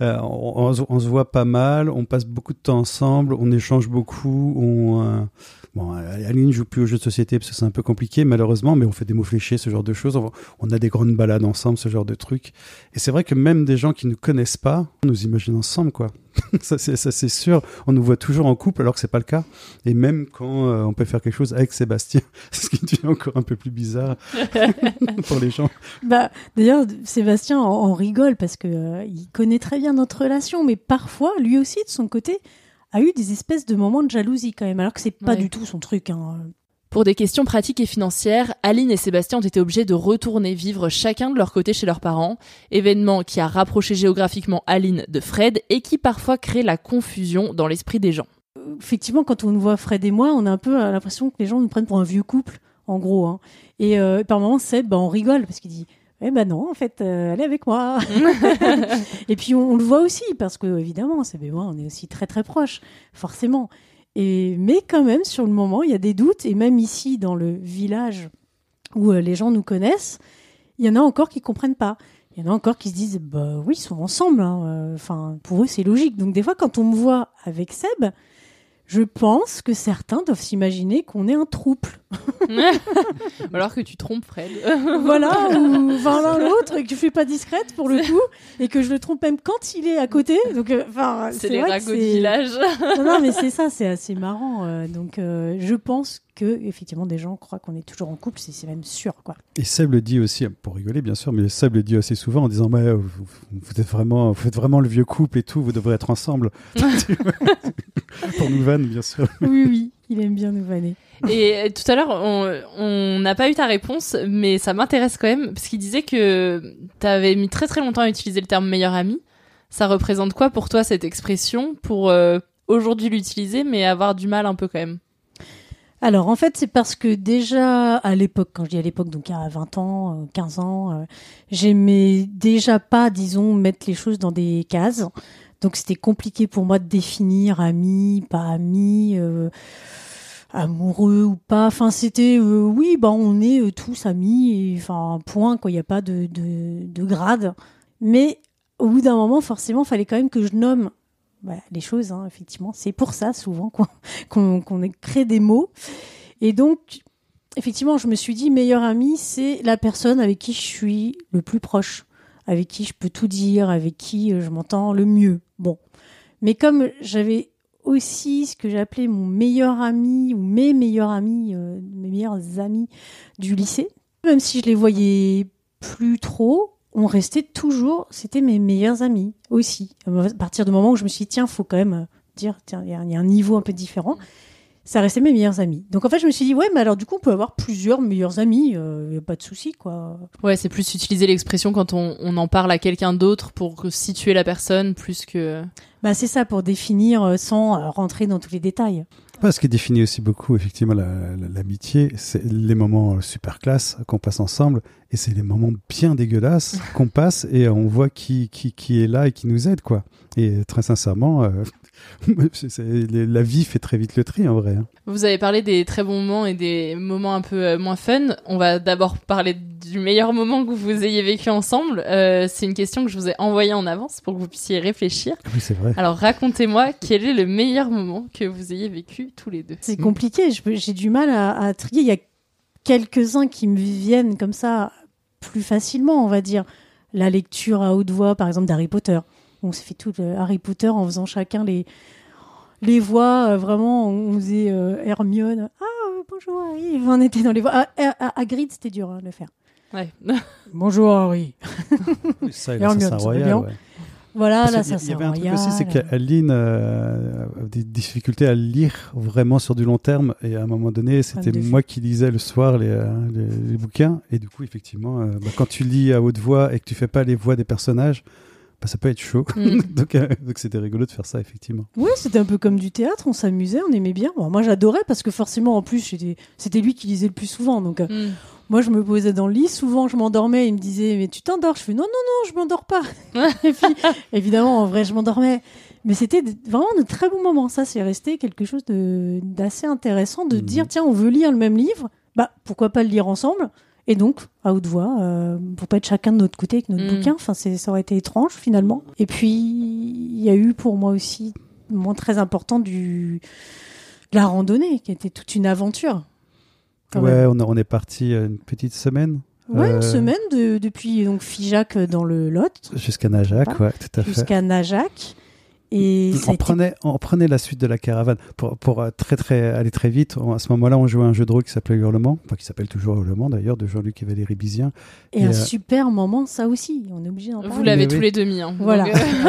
On se voit pas mal. On passe beaucoup de temps ensemble. On échange beaucoup. Aline ne joue plus aux jeux de société parce que c'est un peu compliqué, malheureusement, mais on fait des mots fléchés, ce genre de choses. On a des grandes balades ensemble, ce genre de trucs. Et c'est vrai que même des gens qui ne nous connaissent pas, on nous imagine ensemble, quoi. Ça c'est sûr. On nous voit toujours en couple alors que c'est pas le cas. Et même quand on peut faire quelque chose avec Sébastien, ce qui devient encore un peu plus bizarre pour les gens. D'ailleurs, Sébastien en rigole parce que il connaît très bien notre relation, mais parfois, lui aussi, de son côté, a eu des espèces de moments de jalousie quand même, alors que c'est pas du tout son truc. Pour des questions pratiques et financières, Aline et Sébastien ont été obligés de retourner vivre chacun de leur côté chez leurs parents, événement qui a rapproché géographiquement Aline de Fred et qui parfois crée la confusion dans l'esprit des gens. Effectivement, quand on nous voit Fred et moi, on a un peu l'impression que les gens nous prennent pour un vieux couple, en gros. Et par moments, Seb, on rigole parce qu'il dit non, en fait, elle est avec moi. Et puis on le voit aussi parce que évidemment, Seb et moi, on est aussi très très proches, forcément. Mais quand même, sur le moment, il y a des doutes. Et même ici, dans le village où les gens nous connaissent, il y en a encore qui ne comprennent pas. Il y en a encore qui se disent oui, ils sont ensemble. Enfin, pour eux, c'est logique. Donc, des fois, quand on me voit avec Seb, je pense que certains doivent s'imaginer qu'on est un trouble. Alors que tu trompes Fred. Voilà, ou l'un l'autre, et que je ne suis pas discrète pour le coup, et que je le trompe même quand il est à côté. Donc, c'est les ragots de village. Non, mais c'est ça, c'est assez marrant. Donc, je pense que effectivement, des gens croient qu'on est toujours en couple, c'est même sûr, quoi. Et Seb le dit aussi, pour rigoler bien sûr, mais Seb le dit assez souvent en disant vous êtes vraiment le vieux couple et tout, vous devrez être ensemble. Pour nous vanner, bien sûr. Oui, il aime bien nous vanner. Et tout à l'heure, on n'a pas eu ta réponse, mais ça m'intéresse quand même, parce qu'il disait que tu avais mis très très longtemps à utiliser le terme meilleur ami. Ça représente quoi pour toi cette expression, pour aujourd'hui l'utiliser, mais avoir du mal un peu quand même? Alors en fait, c'est parce que déjà à l'époque, quand je dis à l'époque, donc il y a 20 ans, 15 ans, j'aimais déjà pas, disons, mettre les choses dans des cases. Donc c'était compliqué pour moi de définir ami, pas ami, amoureux ou pas. Enfin c'était oui, on est tous amis, enfin point quoi. Il y a pas de grade. Mais au bout d'un moment, forcément, fallait quand même que je nomme les choses. Effectivement, c'est pour ça souvent qu'on crée des mots. Et donc effectivement, je me suis dit meilleur ami, c'est la personne avec qui je suis le plus proche, avec qui je peux tout dire, avec qui je m'entends le mieux. Bon. Mais comme j'avais aussi ce que j'appelais mon meilleur ami ou mes meilleurs amis, mes meilleurs amis du lycée, même si je les voyais plus trop, on restait toujours, c'était mes meilleurs amis aussi. À partir du moment où je me suis dit, tiens, faut quand même dire, tiens, il y a un niveau un peu différent. Ça restait mes meilleurs amis. Donc en fait, je me suis dit, mais alors du coup, on peut avoir plusieurs meilleurs amis, y a pas de souci, quoi. Ouais, c'est plus utiliser l'expression quand on en parle à quelqu'un d'autre pour situer la personne plus que... C'est ça, pour définir sans rentrer dans tous les détails. Ce qui définit aussi beaucoup, effectivement, l'amitié, c'est les moments super classe qu'on passe ensemble, et c'est les moments bien dégueulasses qu'on passe, et on voit qui est là et qui nous aide, quoi. Et très sincèrement, la vie fait très vite le tri, en vrai. Vous avez parlé des très bons moments et des moments un peu moins fun. On va d'abord parler du meilleur moment que vous ayez vécu ensemble. C'est une question que je vous ai envoyée en avance pour que vous puissiez réfléchir. Oui, c'est vrai. Alors, racontez-moi quel est le meilleur moment que vous ayez vécu tous les deux. C'est compliqué, j'ai du mal à trier. Il y a quelques-uns qui me viennent comme ça plus facilement, on va dire. La lecture à haute voix, par exemple, d'Harry Potter. On s'est fait tout Harry Potter en faisant chacun les voix. Vraiment, on faisait Hermione. Bonjour Harry. On était dans les voix. Hagrid, c'était dur de le faire. Ouais. Bonjour Harry. Ça, c'est royal. Ouais. Voilà, là, ça c'est royal. Il y avait un truc aussi, c'est qu'Aline a des difficultés à lire vraiment sur du long terme. Et à un moment donné, c'était moi qui lisais le soir les bouquins. Et du coup, effectivement, quand tu lis à haute voix et que tu fais pas les voix des personnages, ça peut être chaud. Donc c'était rigolo de faire ça, effectivement. Oui, c'était un peu comme du théâtre, on s'amusait, on aimait bien. Bon, moi j'adorais parce que forcément en plus c'était lui qui lisait le plus souvent. Donc moi je me posais dans le lit, souvent je m'endormais, il me disait mais tu t'endors? Je fais non, je m'endors pas. Et puis évidemment en vrai je m'endormais. Mais c'était vraiment de très bons moments. Ça c'est resté quelque chose d'assez intéressant de dire tiens on veut lire le même livre, pourquoi pas le lire ensemble? Et donc, à haute voix, pour pas être chacun de notre côté avec notre bouquin. Enfin, ça aurait été étrange, finalement. Et puis, il y a eu pour moi aussi un moment très important de la randonnée, qui était toute une aventure. Ouais, on est parti une petite semaine. Ouais, une semaine depuis donc, Figeac dans le Lot. Jusqu'à Najac, ouais, tout à fait. Jusqu'à Najac. Et on prenait la suite de la caravane pour aller très vite. À ce moment-là, on jouait à un jeu de rôle qui s'appelait Hurlement, enfin qui s'appelle toujours Hurlement d'ailleurs, de Jean-Luc et Valérie Bizien. Et un super moment, ça aussi, on est obligé d'en parler. Vous l'avez tous les deux mis. Voilà.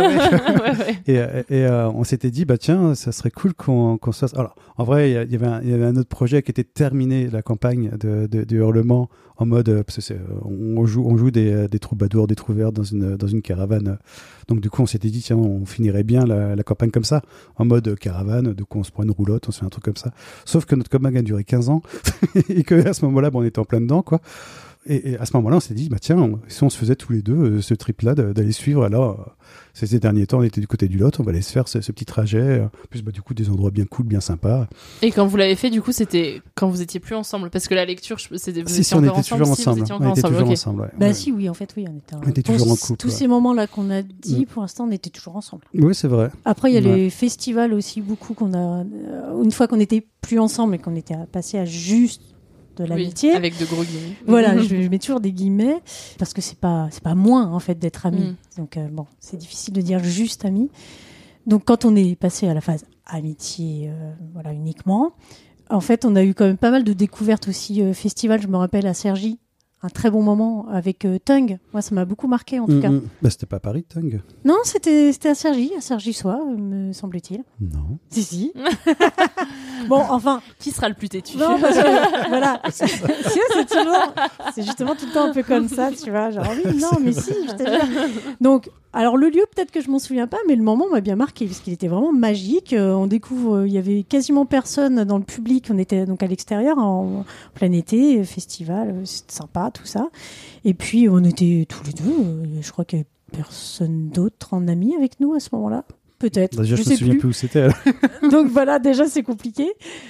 Et on s'était dit, tiens, ça serait cool qu'on se fasse. Alors, en vrai, il y avait un autre projet qui était terminé, la campagne de Hurlement, en mode, parce que on joue des troubadours, des trouvères dans une caravane. Donc du coup, on s'était dit, tiens, on finirait bien la campagne comme ça, en mode caravane, du coup on se prend une roulotte, on se fait un truc comme ça. Sauf que notre campagne a duré 15 ans, et qu'à ce moment-là, on était en plein dedans, quoi. Et à ce moment-là, on s'est dit, tiens, si on se faisait tous les deux ce trip-là, d'aller suivre, alors, ces derniers temps, on était du côté du Lot, on va aller se faire ce petit trajet, en plus, du coup, des endroits bien cool, bien sympas. Et quand vous l'avez fait, du coup, c'était quand vous étiez plus ensemble, parce que la lecture, c'était vous étiez on encore était toujours ensemble. On était toujours ensemble, ouais. Oui, en fait, oui, on était toujours en couple. Tous ces moments-là qu'on a dit, pour l'instant, on était toujours ensemble. Oui, c'est vrai. Après, il y a les festivals aussi, beaucoup qu'on a, une fois qu'on était plus ensemble et qu'on était passé à juste de l'amitié. Oui, avec de gros guillemets. Voilà, je mets toujours des guillemets parce que c'est pas moins en fait d'être amis. Donc c'est difficile de dire juste amis. Donc quand on est passé à la phase amitié, uniquement, en fait on a eu quand même pas mal de découvertes aussi festival. Je me rappelle à Cergy, un très bon moment avec Tung. Moi ça m'a beaucoup marqué en tout cas. C'était pas à Paris Tung? Non, c'était à Cergy-Soir, me semble-t-il. Non. Si. Bon, enfin, qui sera le plus têtu? Non, parce que, voilà. C'est justement tout le temps un peu comme ça, tu vois. Genre, oui, non, mais si, je te jure. Donc, alors le lieu, peut-être que je m'en souviens pas, mais le moment m'a bien marqué, parce qu'il était vraiment magique. On découvre, il y avait quasiment personne dans le public. On était donc à l'extérieur, en plein été, festival, c'était sympa, tout ça. Et puis, on était tous les deux. Je crois qu'il y avait personne d'autre en ami avec nous à ce moment-là. Peut-être. Déjà, je me souviens plus où c'était. Donc voilà, déjà c'est compliqué.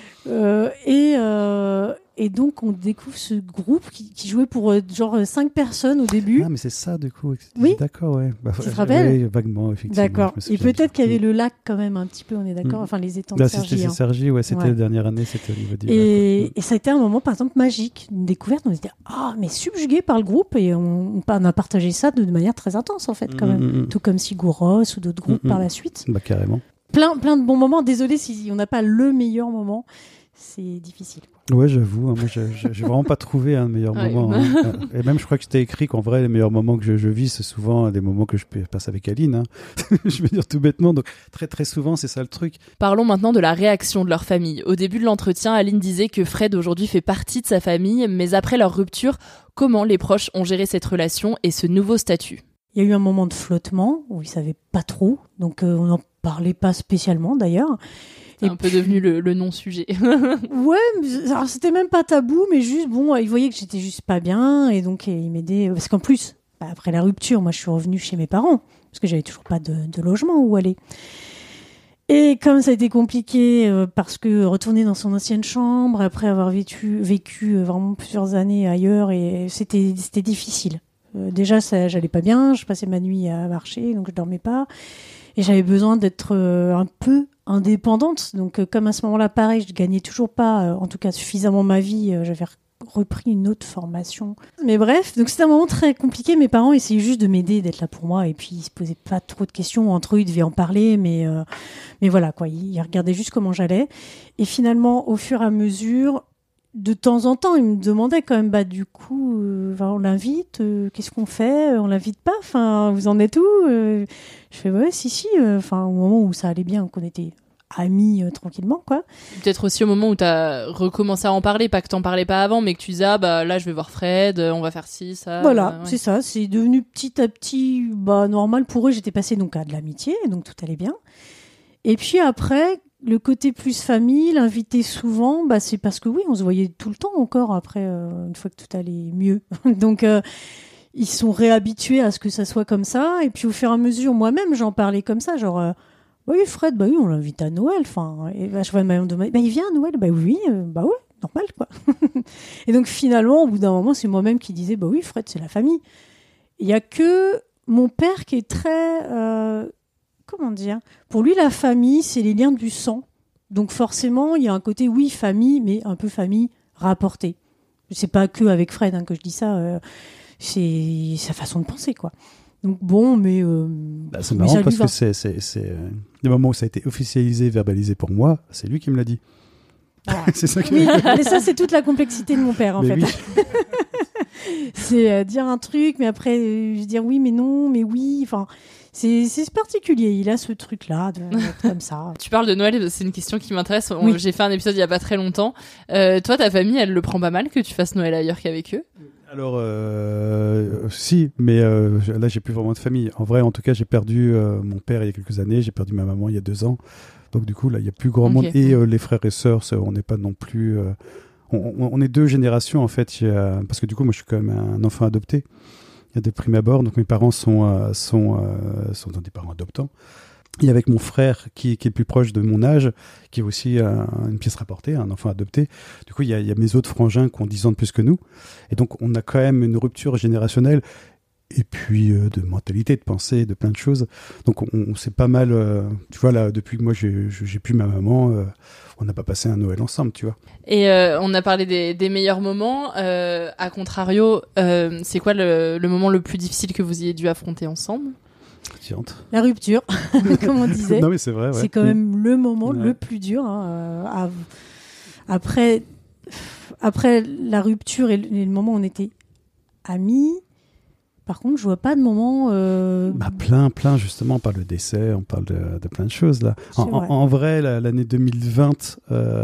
Et donc on découvre ce groupe qui jouait pour genre 5 personnes au début. Ah mais c'est ça du coup. Oui. D'accord, ouais. Tu te rappelles? Oui, vaguement, effectivement. D'accord. Et peut-être qu'il y avait le lac quand même un petit peu, on est d'accord. Enfin les étangs de Cergy. C'était Cergy, ouais. C'était la dernière année, c'était au niveau du lac. Et ça a été un moment par exemple magique, une découverte. On était mais subjugués par le groupe et on a partagé ça de manière très intense en fait quand même. Tout comme Sigouros ou d'autres groupes par la suite. Bah carrément. Plein de bons moments. Désolé si on n'a pas le meilleur moment. C'est difficile. Ouais, j'avoue. Moi, j'ai vraiment pas trouvé un meilleur moment. Hein. Et même, je crois que c'était écrit qu'en vrai, les meilleurs moments que je vis, c'est souvent des moments que je passe avec Aline. Hein. Je veux dire tout bêtement. Donc, très, très souvent, c'est ça le truc. Parlons maintenant de la réaction de leur famille. Au début de l'entretien, Aline disait que Fred, aujourd'hui, fait partie de sa famille. Mais après leur rupture, comment les proches ont géré cette relation et ce nouveau statut? Il y a eu un moment de flottement où ils savaient pas trop. Donc, on n'en parlait pas spécialement, d'ailleurs. C'est un peu devenu le non-sujet. Ouais, alors c'était même pas tabou, mais juste, bon, il voyait que j'étais juste pas bien, et donc il m'aidait. Parce qu'en plus, après la rupture, moi je suis revenue chez mes parents, parce que j'avais toujours pas de logement où aller. Et comme ça a été compliqué, parce que retourner dans son ancienne chambre, après avoir vécu vraiment plusieurs années ailleurs, et c'était difficile. Déjà, j'allais pas bien, je passais ma nuit à marcher, donc je dormais pas. Et j'avais besoin d'être un peu indépendante. Donc, comme à ce moment-là, pareil, je gagnais toujours pas, en tout cas suffisamment ma vie. J'avais repris une autre formation. Mais bref, donc c'était un moment très compliqué. Mes parents essayaient juste de m'aider, d'être là pour moi. Et puis, ils se posaient pas trop de questions. Entre eux, ils devaient en parler. Mais voilà, quoi. Ils regardaient juste comment j'allais. Et finalement, au fur et à mesure, de temps en temps, ils me demandaient quand même, du coup, on l'invite, qu'est-ce qu'on fait, on l'invite pas, enfin, vous en êtes où Je fais, ouais, si, au moment où ça allait bien, qu'on était amis tranquillement, quoi. Peut-être aussi au moment où t'as recommencé à en parler, pas que t'en parlais pas avant, mais que tu disais, là, je vais voir Fred, on va faire ci, ça. Voilà, ouais. c'est ça, c'est devenu petit à petit, normal pour eux, j'étais passée donc à de l'amitié, donc tout allait bien. Et puis après, le côté plus famille, l'inviter souvent, c'est parce que oui, on se voyait tout le temps encore après, une fois que tout allait mieux. Donc, ils sont réhabitués à ce que ça soit comme ça. Et puis, au fur et à mesure, moi-même, j'en parlais comme ça, genre, oui, Fred, oui, on l'invite à Noël. Enfin, et je vois ma maman demander, il vient à Noël. Oui, ouais, normal, quoi. Et donc, finalement, au bout d'un moment, c'est moi-même qui disais, oui, Fred, c'est la famille. Il y a que mon père qui est très... comment dire ? Pour lui, la famille, c'est les liens du sang. Donc forcément, il y a un côté, oui, famille, mais un peu famille rapportée. C'est pas que avec Fred que je dis ça. C'est sa façon de penser, quoi. Donc bon, mais... c'est marrant parce que c'est le moment où ça a été officialisé, verbalisé pour moi, c'est lui qui me l'a dit. Ah. C'est ça oui, mais ça, c'est toute la complexité de mon père, en fait. Oui. C'est dire un truc, mais après, dire oui, mais non, mais oui, enfin... C'est particulier, il a ce truc-là, d'être comme ça. Tu parles de Noël, c'est une question qui m'intéresse. Oui. J'ai fait un épisode il y a pas très longtemps. Toi, ta famille, elle le prend pas mal que tu fasses Noël ailleurs qu'avec eux ? Alors, si, mais là, j'ai plus vraiment de famille. En vrai, en tout cas, j'ai perdu mon père il y a quelques années, j'ai perdu ma maman il y a 2 ans. Donc, du coup, là, il y a plus grand monde. Et les frères et sœurs, on n'est pas non plus... on est 2 générations, en fait. Parce que du coup, moi, je suis quand même un enfant adopté. Il y a de prime abord, donc mes parents sont des parents adoptants. Et avec mon frère, qui est le plus proche de mon âge, qui est aussi une pièce rapportée, un enfant adopté. Du coup, il y a mes autres frangins qui ont 10 ans de plus que nous. Et donc, on a quand même une rupture générationnelle, et puis de mentalité, de pensée, de plein de choses. Donc, on s'est pas mal... tu vois, là, depuis que moi, j'ai plus ma maman... on n'a pas passé un Noël ensemble, tu vois. Et on a parlé des meilleurs moments. À contrario, c'est quoi le moment le plus difficile que vous ayez dû affronter ensemble ? La rupture, comme on disait. Non, mais c'est vrai, ouais. C'est quand même le moment le plus dur. Après la rupture et le moment où on était amis, par contre, je vois pas de moment... Plein, justement, on parle de décès, on parle de plein de choses, là. En vrai, l'année 2020,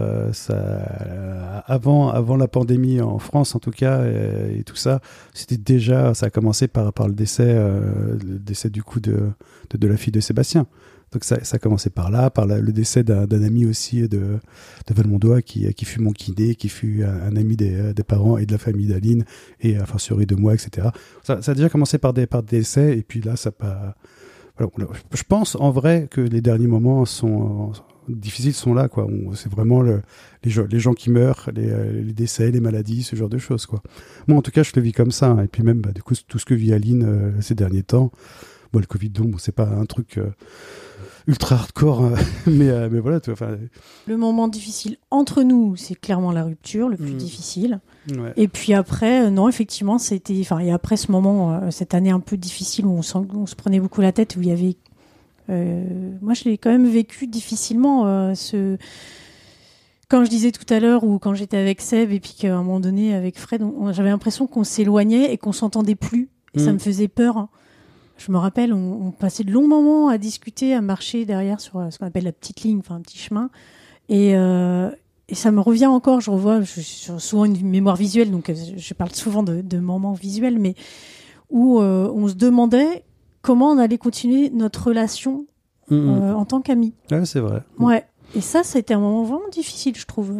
avant la pandémie, en France, en tout cas, et tout ça, c'était déjà... Ça a commencé par le décès du coup de la fille de Sébastien. Donc ça a commencé par le décès d'un ami aussi de Valmondois qui fut mon kiné, qui fut un ami des parents et de la famille d'Aline, et a fortiori de moi, etc. Ça a déjà commencé par des décès, et puis là, ça pas... Voilà, je pense en vrai que les derniers moments difficiles sont là, quoi. C'est vraiment les gens qui meurent, les décès, les maladies, ce genre de choses, quoi. Moi, en tout cas, je le vis comme ça, et puis même, du coup, tout ce que vit Aline ces derniers temps, le Covid, donc, c'est pas un truc... ultra hardcore, mais voilà. Le moment difficile entre nous, c'est clairement la rupture, le plus difficile. Ouais. Et puis après, non, effectivement, c'était... Enfin, et après ce moment, cette année un peu difficile où on se prenait beaucoup la tête, où il y avait... moi, je l'ai quand même vécu difficilement, Quand je disais tout à l'heure, ou quand j'étais avec Seb, et puis qu'à un moment donné, avec Fred, j'avais l'impression qu'on s'éloignait et qu'on s'entendait plus. Et ça me faisait peur, hein. Je me rappelle, on passait de longs moments à discuter, à marcher derrière sur ce qu'on appelle la petite ligne, enfin un petit chemin. Et ça me revient encore, je suis souvent une mémoire visuelle, donc je parle souvent de moments visuels, mais où on se demandait comment on allait continuer notre relation en tant qu'amis. Ouais, c'est vrai. Ouais. Et ça a été un moment vraiment difficile, je trouve.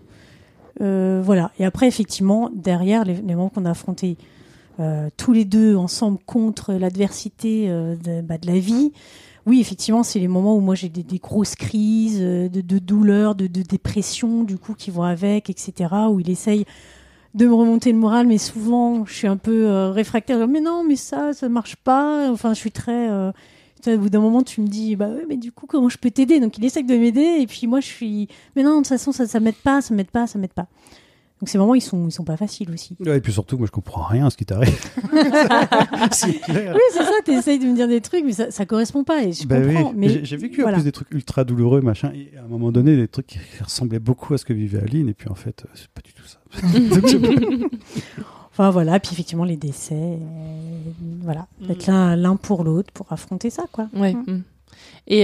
Voilà. Et après, effectivement, derrière les moments qu'on a affrontés tous les deux ensemble contre l'adversité de la vie, oui, effectivement, c'est les moments où moi j'ai des grosses crises de douleur, de dépression, du coup, qui vont avec, etc., où il essaye de me remonter le moral, mais souvent, je suis un peu réfractaire. Mais non, mais ça marche pas. Enfin, je suis très... au bout d'un moment, tu me dis, bah ouais, mais du coup, comment je peux t'aider ? Donc, il essaie de m'aider, et puis moi, je suis... Mais non, de toute façon, ça m'aide pas. Donc, ces moments, ils sont pas faciles aussi. Ouais, et puis surtout, moi, je comprends rien à ce qui t'arrive. C'est clair. Oui, c'est ça, t'essayes de me dire des trucs, mais ça correspond pas, et je comprends. Oui. Mais j'ai vécu en plus des trucs ultra douloureux, machin, et à un moment donné, des trucs qui ressemblaient beaucoup à ce que vivait Aline, et puis en fait, c'est pas du tout ça. Enfin, voilà, puis effectivement, les décès, voilà, d'être l'un pour l'autre, pour affronter ça, quoi. Ouais. Et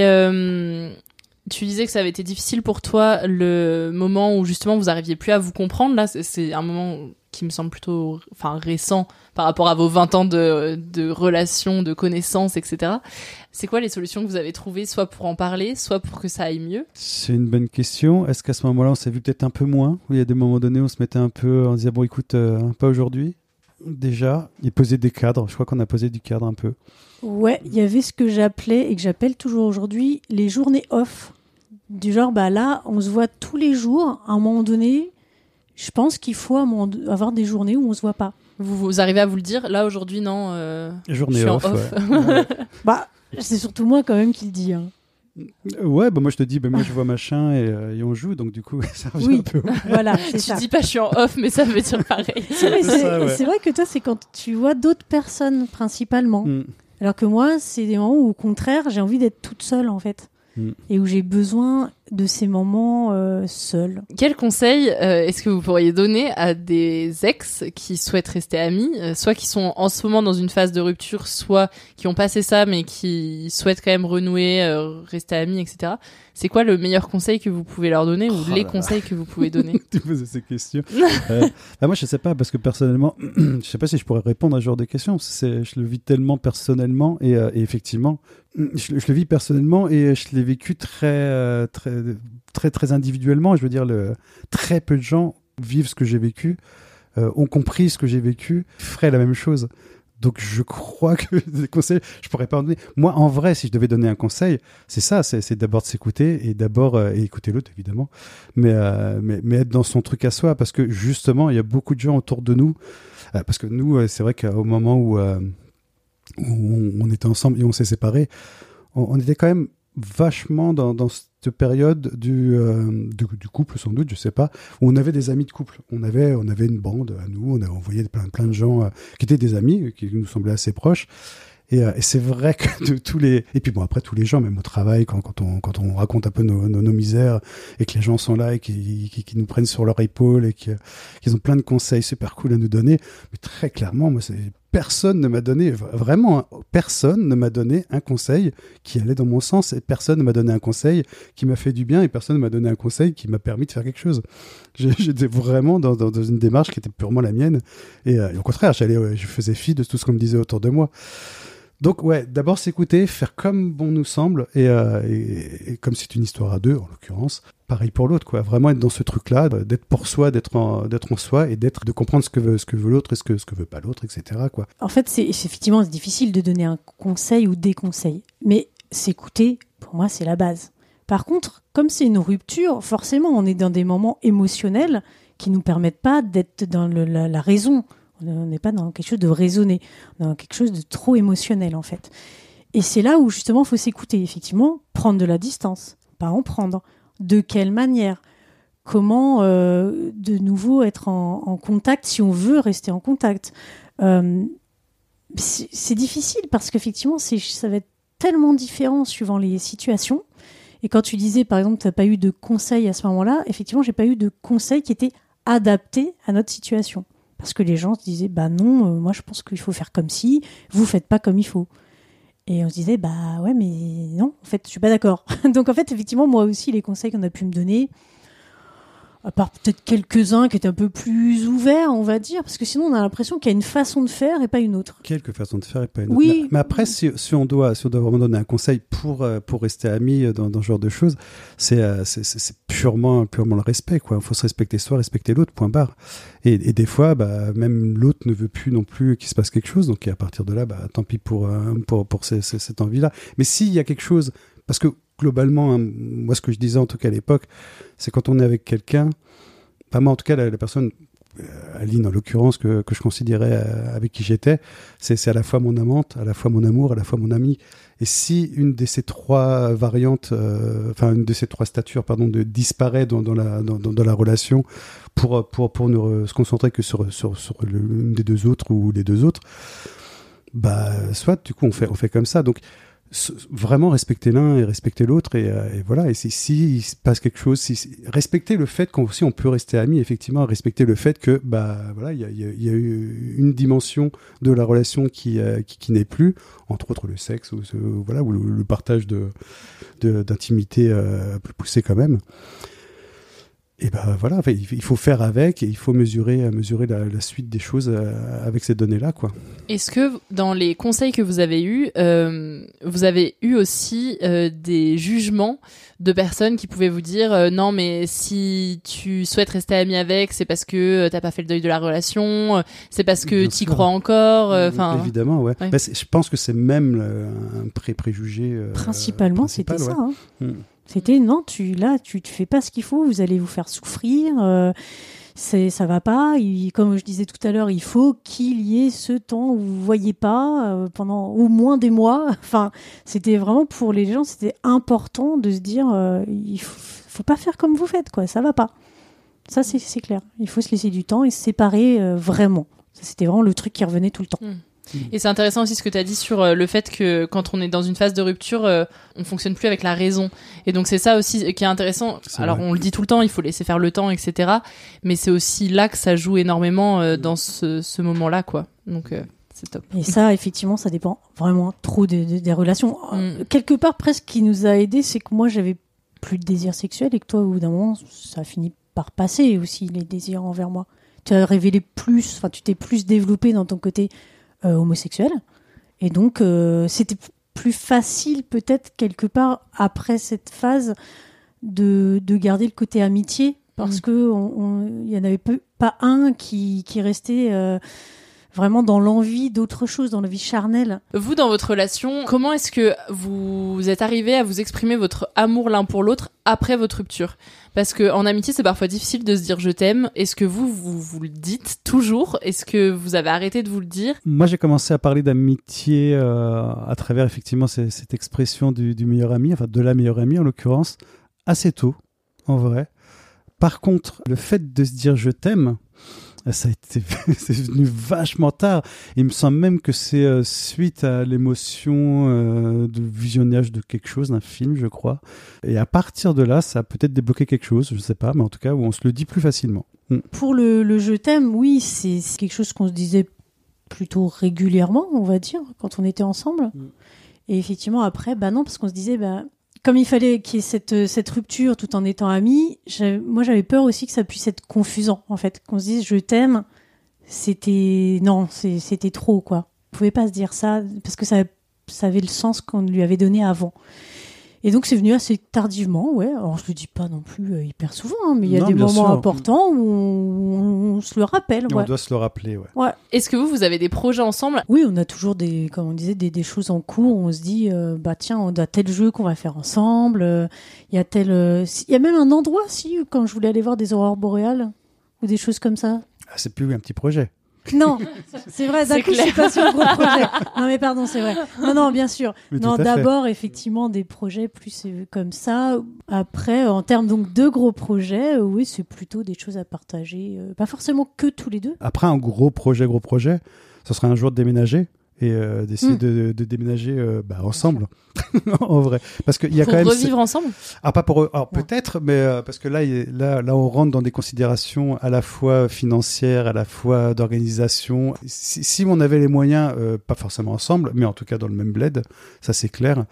tu disais que ça avait été difficile pour toi le moment où justement vous arriviez plus à vous comprendre. Là, c'est un moment qui me semble plutôt récent par rapport à vos 20 ans de relations, de connaissances, etc. C'est quoi les solutions que vous avez trouvées, soit pour en parler, soit pour que ça aille mieux ? C'est une bonne question. Est-ce qu'à ce moment-là, on s'est vu peut-être un peu moins ? Où il y a des moments donnés où on se mettait un peu, on se disait, bon, écoute, pas aujourd'hui. Déjà, il posait des cadres. Je crois qu'on a posé du cadre un peu. Ouais, il y avait ce que j'appelais, et que j'appelle toujours aujourd'hui, les journées off. Du genre, bah là, on se voit tous les jours. À un moment donné, je pense qu'il faut avoir des journées où on se voit pas. Vous arrivez à vous le dire ? Là, aujourd'hui, non. Journée je suis off. en off. Ouais. Bah, c'est surtout moi quand même qui le dis. Hein. Ouais, bah moi je te dis, bah moi je vois machin et on joue, donc du coup ça revient un peu. Voilà, c'est tu dis pas je suis en off, mais ça veut dire pareil. C'est vrai que toi, c'est quand tu vois d'autres personnes principalement. Alors que moi, c'est des moments où au contraire, j'ai envie d'être toute seule en fait. Et où j'ai besoin de ces moments seuls. Quel conseil est-ce que vous pourriez donner à des ex qui souhaitent rester amis, soit qui sont en ce moment dans une phase de rupture, soit qui ont passé ça mais qui souhaitent quand même renouer, rester amis, etc. C'est quoi le meilleur conseil que vous pouvez leur donner ou les conseils que vous pouvez donner ? Tu poses ces questions. Moi, je sais pas, parce que personnellement, je sais pas si je pourrais répondre à ce genre de questions. Je le vis tellement personnellement et effectivement, je le vis personnellement et je l'ai vécu très individuellement. Je veux dire, très peu de gens vivent ce que j'ai vécu, ont compris ce que j'ai vécu, feraient la même chose. Donc je crois que des conseils, je pourrais pas en donner. Moi, en vrai, si je devais donner un conseil, c'est ça, c'est d'abord de s'écouter et d'abord et écouter l'autre évidemment, mais être dans son truc à soi, parce que justement, il y a beaucoup de gens autour de nous, parce que nous, c'est vrai qu'au moment où on était ensemble et on s'est séparés, on était quand même vachement dans cette période du couple, sans doute, je sais pas, où on avait des amis de couple. On avait une bande à nous, on voyait plein de gens qui étaient des amis, qui nous semblaient assez proches. Et c'est vrai que de tous les... Et puis bon, après, tous les gens, même au travail, quand on raconte un peu nos misères, et que les gens sont là et qui nous prennent sur leur épaule et qu'ils ont plein de conseils super cool à nous donner. Mais très clairement, moi, personne ne m'a donné, vraiment, personne ne m'a donné un conseil qui allait dans mon sens, et personne ne m'a donné un conseil qui m'a fait du bien, et personne ne m'a donné un conseil qui m'a permis de faire quelque chose. J'étais vraiment dans une démarche qui était purement la mienne, et au contraire, je faisais fi de tout ce qu'on me disait autour de moi. Donc ouais, d'abord s'écouter, faire comme bon nous semble, et comme c'est une histoire à deux en l'occurrence, pareil pour l'autre, quoi. Vraiment être dans ce truc-là, d'être pour soi, d'être en soi, et de comprendre ce que veut l'autre et ce que veut pas l'autre, etc., quoi. En fait, c'est difficile de donner un conseil ou des conseils, mais s'écouter, pour moi, c'est la base. Par contre, comme c'est une rupture, forcément, on est dans des moments émotionnels qui nous permettent pas d'être dans la raison. On n'est pas dans quelque chose de raisonné, on est dans quelque chose de trop émotionnel en fait. Et c'est là où justement il faut s'écouter, effectivement, prendre de la distance, pas en prendre. De quelle manière ? Comment de nouveau être en contact si on veut rester en contact ? C'est difficile parce qu'effectivement ça va être tellement différent suivant les situations. Et quand tu disais par exemple tu n'as pas eu de conseils à ce moment-là, effectivement j'ai pas eu de conseils qui étaient adaptés à notre situation. Parce que les gens se disaient, bah non, moi je pense qu'il faut faire comme si, vous faites pas comme il faut. Et on se disait, bah ouais, mais non, en fait, je suis pas d'accord. Donc en fait, effectivement, moi aussi, les conseils qu'on a pu me donner, À part peut-être quelques-uns qui étaient un peu plus ouverts, on va dire, parce que sinon on a l'impression qu'il y a une façon de faire et pas une autre. Quelques façons de faire et pas une autre. Oui. Mais après, si on doit vraiment donner un conseil pour rester amis dans ce genre de choses, c'est purement le respect, quoi. Il faut se respecter soi, respecter l'autre, point barre. Et des fois, même l'autre ne veut plus non plus qu'il se passe quelque chose, donc à partir de là, tant pis pour cette envie-là. Mais s'il y a quelque chose, parce que globalement, hein, moi ce que je disais en tout cas à l'époque, c'est quand on est avec quelqu'un, enfin moi en tout cas la personne, Aline en l'occurrence, que je considérais avec qui j'étais, c'est à la fois mon amante, à la fois mon amour, à la fois mon ami. Et si une de ces trois variantes, une de ces trois statures, disparaît dans la relation pour se concentrer que sur une des deux autres ou les deux autres, soit du coup on fait comme ça. Donc vraiment respecter l'un et respecter l'autre et voilà. Et si il se passe quelque chose, respecter le fait qu'on peut rester amis, effectivement, respecter le fait que voilà, il y a eu une dimension de la relation qui n'est plus, entre autres le sexe ou le partage d'intimité plus poussé quand même. Et voilà, il faut faire avec et il faut mesurer la suite des choses avec ces données-là, quoi. Est-ce que dans les conseils que vous avez vous avez eu aussi des jugements de personnes qui pouvaient vous dire non mais si tu souhaites rester ami avec, c'est parce que t'as pas fait le deuil de la relation, c'est parce que t'y crois encore. Évidemment, ouais. Je pense que c'est même un préjugé. Principalement, c'était ça. Hein. C'était non, tu fais pas ce qu'il faut, vous allez vous faire souffrir, ça va pas. Comme je disais tout à l'heure, il faut qu'il y ait ce temps où vous voyez pas pendant au moins des mois. Enfin, c'était vraiment pour les gens, c'était important de se dire, il faut pas faire comme vous faites, quoi. Ça va pas. Ça c'est clair. Il faut se laisser du temps et se séparer vraiment. Ça, c'était vraiment le truc qui revenait tout le temps. Et c'est intéressant aussi ce que tu as dit sur le fait que quand on est dans une phase de rupture, on fonctionne plus avec la raison. Et donc c'est ça aussi qui est intéressant. Alors on le dit tout le temps, il faut laisser faire le temps, etc. Mais c'est aussi là que ça joue énormément dans ce moment-là, quoi. Donc c'est top. Et ça, effectivement, ça dépend vraiment trop des relations. Quelque part, presque, ce qui nous a aidés, c'est que moi, j'avais plus de désir sexuel et que toi, au bout d'un moment, ça a fini par passer aussi, les désirs envers moi. Tu as révélé plus, tu t'es plus développé dans ton côté homosexuel, et donc c'était plus facile peut-être quelque part après cette phase de garder le côté amitié, parce que il y en avait pas un qui restait vraiment dans l'envie d'autre chose, dans l'envie charnelle. Vous, dans votre relation, comment est-ce que vous êtes arrivés à vous exprimer votre amour l'un pour l'autre après votre rupture ? Parce qu'en amitié, c'est parfois difficile de se dire « je t'aime ». Est-ce que vous le dites toujours ? Est-ce que vous avez arrêté de vous le dire ? Moi, j'ai commencé à parler d'amitié à travers effectivement cette expression du meilleur ami, enfin de la meilleure amie en l'occurrence, assez tôt, en vrai. Par contre, le fait de se dire « je t'aime », c'est venu vachement tard. Il me semble même que c'est suite à l'émotion de visionnage de quelque chose, d'un film, je crois. Et à partir de là, ça a peut-être débloqué quelque chose, je sais pas, mais en tout cas, où on se le dit plus facilement. Pour le je t'aime, oui, c'est quelque chose qu'on se disait plutôt régulièrement, on va dire, quand on était ensemble. Et effectivement, après, non, parce qu'on se disait, comme il fallait qu'il y ait cette rupture tout en étant amis, moi j'avais peur aussi que ça puisse être confusant, en fait. Qu'on se dise je t'aime, c'était trop, quoi. On pouvait pas se dire ça, parce que ça avait le sens qu'on lui avait donné avant. Et donc c'est venu assez tardivement, ouais. Alors je le dis pas non plus hyper souvent, hein, mais il y a des moments importants où on se le rappelle. On doit se le rappeler, ouais. Est-ce que vous avez des projets ensemble ? Oui, on a toujours comme on disait, des choses en cours où on se dit, tiens, on a tel jeu qu'on va faire ensemble. Il y a même un endroit, quand je voulais aller voir des aurores boréales ou des choses comme ça. Ah, c'est plus un petit projet. Non, c'est vrai, d'un coup, je suis pas sur le gros projet. Non, mais pardon, c'est vrai. Non, bien sûr. Non, d'abord, effectivement, des projets plus comme ça. Après, en termes donc de gros projets, oui, c'est plutôt des choses à partager. Pas forcément que tous les deux. Après, un gros projet, ce serait un jour de déménager. Et d'essayer de déménager ensemble en vrai, parce qu'il y a pour quand même revivre ensemble. Peut-être, mais parce que là on rentre dans des considérations à la fois financières, à la fois d'organisation. Si on avait les moyens, pas forcément ensemble, mais en tout cas dans le même bled, ça c'est clair.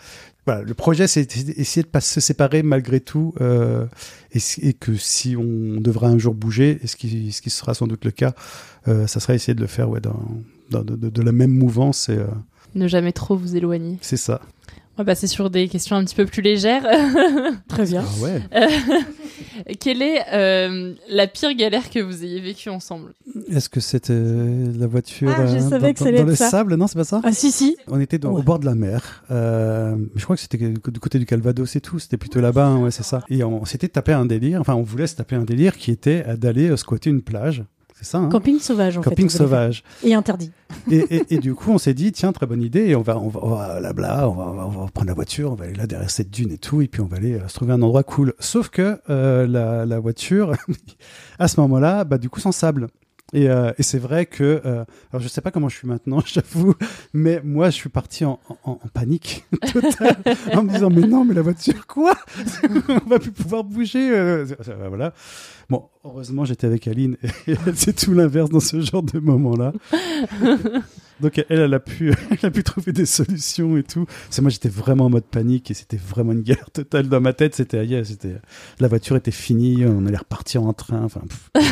voilà, le projet, c'est essayer de pas se séparer malgré tout, et que si on devra un jour bouger, et ce qui sera sans doute le cas, ça sera essayer de le faire de la même mouvance. Et, ne jamais trop vous éloigner. C'est ça. On va passer sur des questions un petit peu plus légères. Très bien. Ah ouais. Quelle est la pire galère que vous ayez vécue ensemble ? Est-ce que c'était la voiture je savais que ça allait dans le être ça. sable? Non, c'est pas ça. Ah si. On était au bord de la mer. Je crois que c'était du côté du Calvados et tout. C'était plutôt là-bas, hein, ouais, c'est ça. Et on s'était tapé un délire. Enfin, on voulait se taper un délire qui était d'aller squatter une plage. C'est ça, hein. Camping sauvage, en fait. Camping sauvage. Et interdit. Et du coup, on s'est dit, tiens, très bonne idée, et on va là-bas, on va prendre la voiture, on va aller là derrière cette dune et tout, et puis on va aller se trouver un endroit cool. Sauf que la voiture, à ce moment-là, du coup, sans sable. Et c'est vrai que, alors je sais pas comment je suis maintenant, j'avoue, mais moi je suis parti en panique totale, en me disant mais non, mais la voiture quoi, on va plus pouvoir bouger. Voilà. Bon, heureusement j'étais avec Aline et c'est tout l'inverse dans ce genre de moment-là. Donc elle a pu trouver des solutions et tout. C'est moi j'étais vraiment en mode panique et c'était vraiment une galère totale dans ma tête. C'était la voiture était finie, on allait repartir en train. Enfin.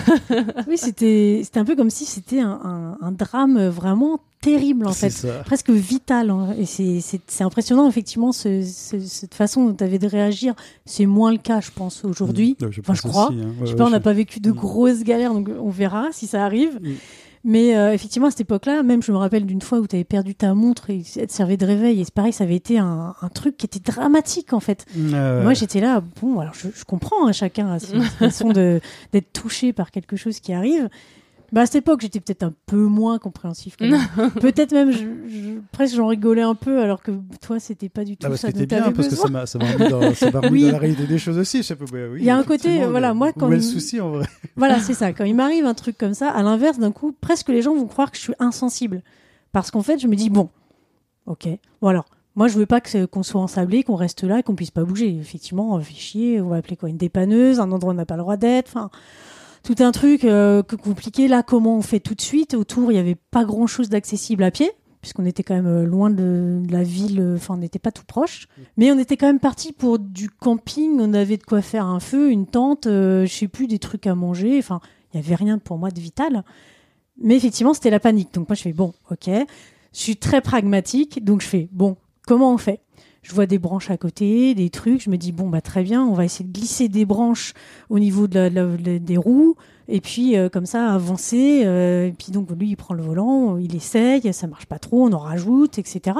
Oui, c'était un peu comme si c'était un drame vraiment terrible en fait, presque vital. Hein. Et c'est impressionnant effectivement cette façon dont tu avais de réagir. C'est moins le cas, je pense aujourd'hui. Je crois. Aussi, hein. Je sais pas, on n'a pas vécu de grosses galères, donc on verra si ça arrive. Mais effectivement, à cette époque-là, même je me rappelle d'une fois où tu avais perdu ta montre et elle te servait de réveil. Et c'est pareil, ça avait été un truc qui était dramatique en fait. Moi, j'étais là, bon, alors je comprends, hein, chacun a sa façon d'être touché par quelque chose qui arrive. À cette époque, j'étais peut-être un peu moins compréhensif. Peut-être même, presque j'en rigolais un peu, alors que toi, c'était pas du tout ça. C'était bien, parce que ça m'a remis dans la réalité des choses aussi. Il y a un côté, voilà, moi, quand... Où est le souci, en vrai ? Voilà, c'est ça. Quand il m'arrive un truc comme ça, à l'inverse, d'un coup, presque les gens vont croire que je suis insensible. Parce qu'en fait, je me dis, bon, ok, bon alors, moi, je veux pas qu'on soit ensablé, qu'on reste là et qu'on puisse pas bouger. Effectivement, on fait chier, on va appeler quoi, une dépanneuse, un endroit où on n'a pas le droit d'être, enfin... Tout un truc compliqué. Là, comment on fait tout de suite ? Autour, il n'y avait pas grand-chose d'accessible à pied, puisqu'on était quand même loin de la ville. Enfin, on n'était pas tout proche. Mais on était quand même parti pour du camping. On avait de quoi faire un feu, une tente, je sais plus, des trucs à manger. Enfin, il n'y avait rien pour moi de vital. Mais effectivement, c'était la panique. Donc moi, je fais, bon, ok. Je suis très pragmatique. Donc je fais, bon, comment on fait ? Je vois des branches à côté, des trucs. Je me dis, bon, très bien, on va essayer de glisser des branches au niveau des roues. Et puis, comme ça, avancer. Et puis, donc, lui, il prend le volant, il essaye, ça marche pas trop, on en rajoute, etc.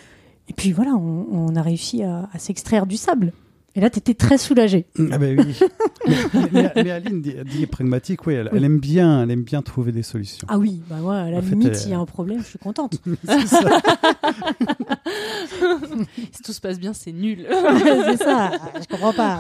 Et puis, voilà, on a réussi à s'extraire du sable. Et là, tu étais très soulagée. Ah ben oui. mais Aline dit pragmatique, oui, elle aime bien trouver des solutions. Ah oui, moi, à la limite, s'il y a un problème, je suis contente. C'est ça. Si tout se passe bien, c'est nul. C'est ça, je comprends pas.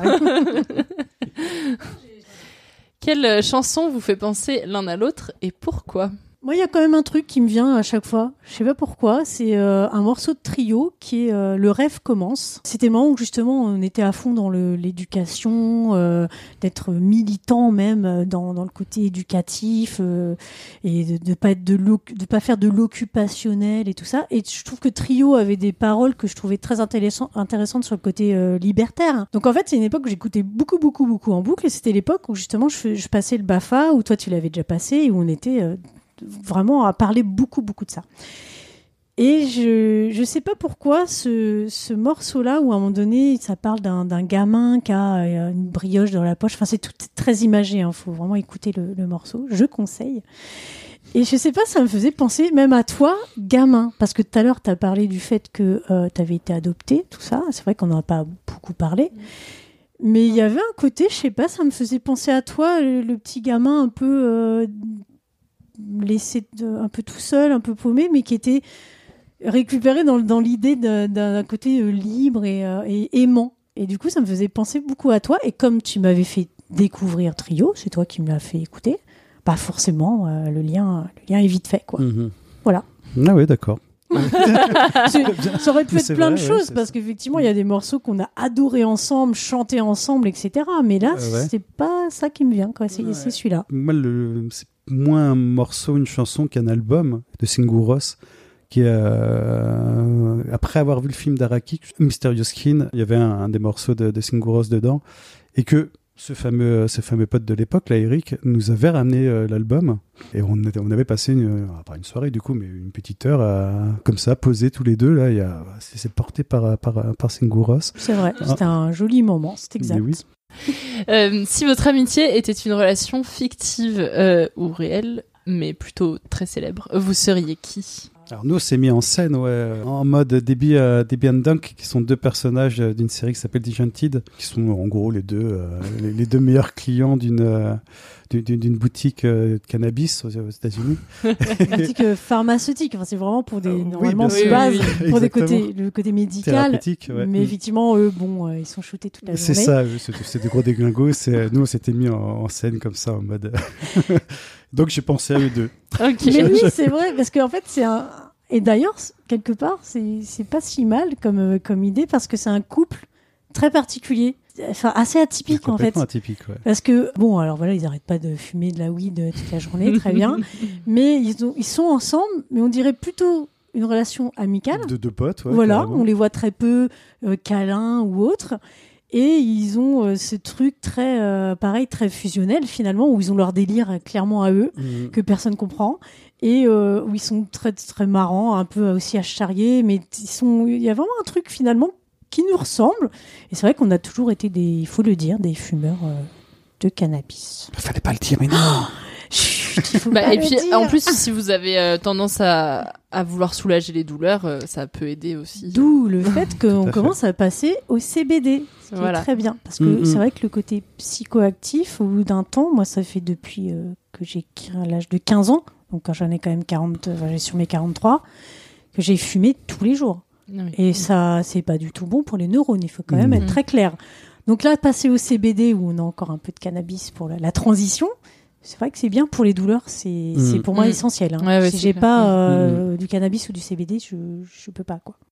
Quelle chanson vous fait penser l'un à l'autre et pourquoi ? Moi, il y a quand même un truc qui me vient à chaque fois. Je sais pas pourquoi. C'est un morceau de Trio qui est Le rêve commence. C'était le moment où justement on était à fond dans l'éducation, d'être militant même dans le côté éducatif et de pas faire de l'occupationnel et tout ça. Et je trouve que Trio avait des paroles que je trouvais très intéressantes sur le côté libertaire. Donc en fait, c'est une époque où j'écoutais beaucoup en boucle. Et c'était l'époque où justement je passais le BAFA, où toi tu l'avais déjà passé et où on était vraiment à parler beaucoup de ça. Et je sais pas pourquoi ce morceau-là, où à un moment donné, ça parle d'un gamin qui a une brioche dans la poche. Enfin, c'est tout très imagé, hein. Faut vraiment écouter le morceau. Je conseille. Et je sais pas, ça me faisait penser même à toi, gamin. Parce que tout à l'heure, t'as parlé du fait que t'avais été adopté, tout ça. C'est vrai qu'on n'en a pas beaucoup parlé. Mais il y avait un côté, je sais pas, ça me faisait penser à toi, le petit gamin un peu... laissé un peu tout seul, un peu paumé, mais qui était récupéré dans l'idée d'un côté libre et aimant. Et du coup, ça me faisait penser beaucoup à toi. Et comme tu m'avais fait découvrir Trio, c'est toi qui me l'as fait écouter, forcément, le lien est vite fait, quoi. Mm-hmm. Voilà. Ah oui, d'accord. Ça aurait pu être plein de choses, parce qu'effectivement, il y a des morceaux qu'on a adorés ensemble, chantés ensemble, etc. Mais là, c'est pas ça qui me vient, quoi. C'est celui-là. Moi, c'est moins un morceau, une chanson qu'un album de Singur Ross qui après avoir vu le film d'Araki, Mysterious Skin, il y avait un des morceaux de Singuros dedans, et que ce fameux pote de l'époque, là, Eric, nous avait ramené l'album, et on avait passé pas une soirée du coup, mais une petite heure comme ça, posés tous les deux. Là, c'est porté par Singuros. C'est vrai, c'était un joli moment, c'est exact. Oui. Si votre amitié était une relation fictive ou réelle, mais plutôt très célèbre, vous seriez qui ? Alors nous, on s'est mis en scène, en mode Debbie and Dunk, qui sont deux personnages d'une série qui s'appelle Disjointed, qui sont en gros les deux meilleurs clients d'une boutique de cannabis aux États-Unis. Boutique pharmaceutique, enfin, c'est vraiment pour des normalement bien sûr. base pour Exactement. le côté médical. Thérapeutique, ouais. Mais effectivement, eux, ils sont shootés toute la journée. C'est ça, c'est des gros déglingos. Nous, on s'était mis en scène comme ça, en mode. Donc j'ai pensé à eux deux. Okay. Mais oui, c'est vrai, parce qu'en fait, c'est un. Et d'ailleurs, quelque part, c'est pas si mal comme idée, parce que c'est un couple très particulier, enfin assez atypique en fait. Complètement atypique, ouais. Parce que alors voilà, ils arrêtent pas de fumer de la weed toute la journée, très bien. Mais ils sont ensemble, mais on dirait plutôt une relation amicale. De potes, ouais. Voilà, carrément. on les voit très peu câlins ou autres. Et ils ont ce truc très, pareil, très fusionnel finalement, où ils ont leur délire clairement à eux, que personne comprend, et où ils sont très, très marrants, un peu aussi à charrier, mais il y a vraiment un truc finalement qui nous ressemble. Et c'est vrai qu'on a toujours été il faut le dire, des fumeurs de cannabis. Fallait pas le dire, mais non. Et puis en plus, si vous avez tendance à vouloir soulager les douleurs, ça peut aider aussi. D'où le fait qu'on commence à passer au CBD, ce qui est très bien. Parce que c'est vrai que le côté psychoactif, au bout d'un temps, moi ça fait depuis que j'ai l'âge de 15 ans, donc quand j'en ai quand même 40, j'ai sur mes 43, que j'ai fumé tous les jours. Oui. Et ça, c'est pas du tout bon pour les neurones, il faut quand même être très clair. Donc là, passer au CBD, où on a encore un peu de cannabis pour la transition, c'est vrai que c'est bien pour les douleurs, c'est pour moi essentiel. Hein. Ouais, si j'ai pas du cannabis ou du CBD, je peux pas, quoi.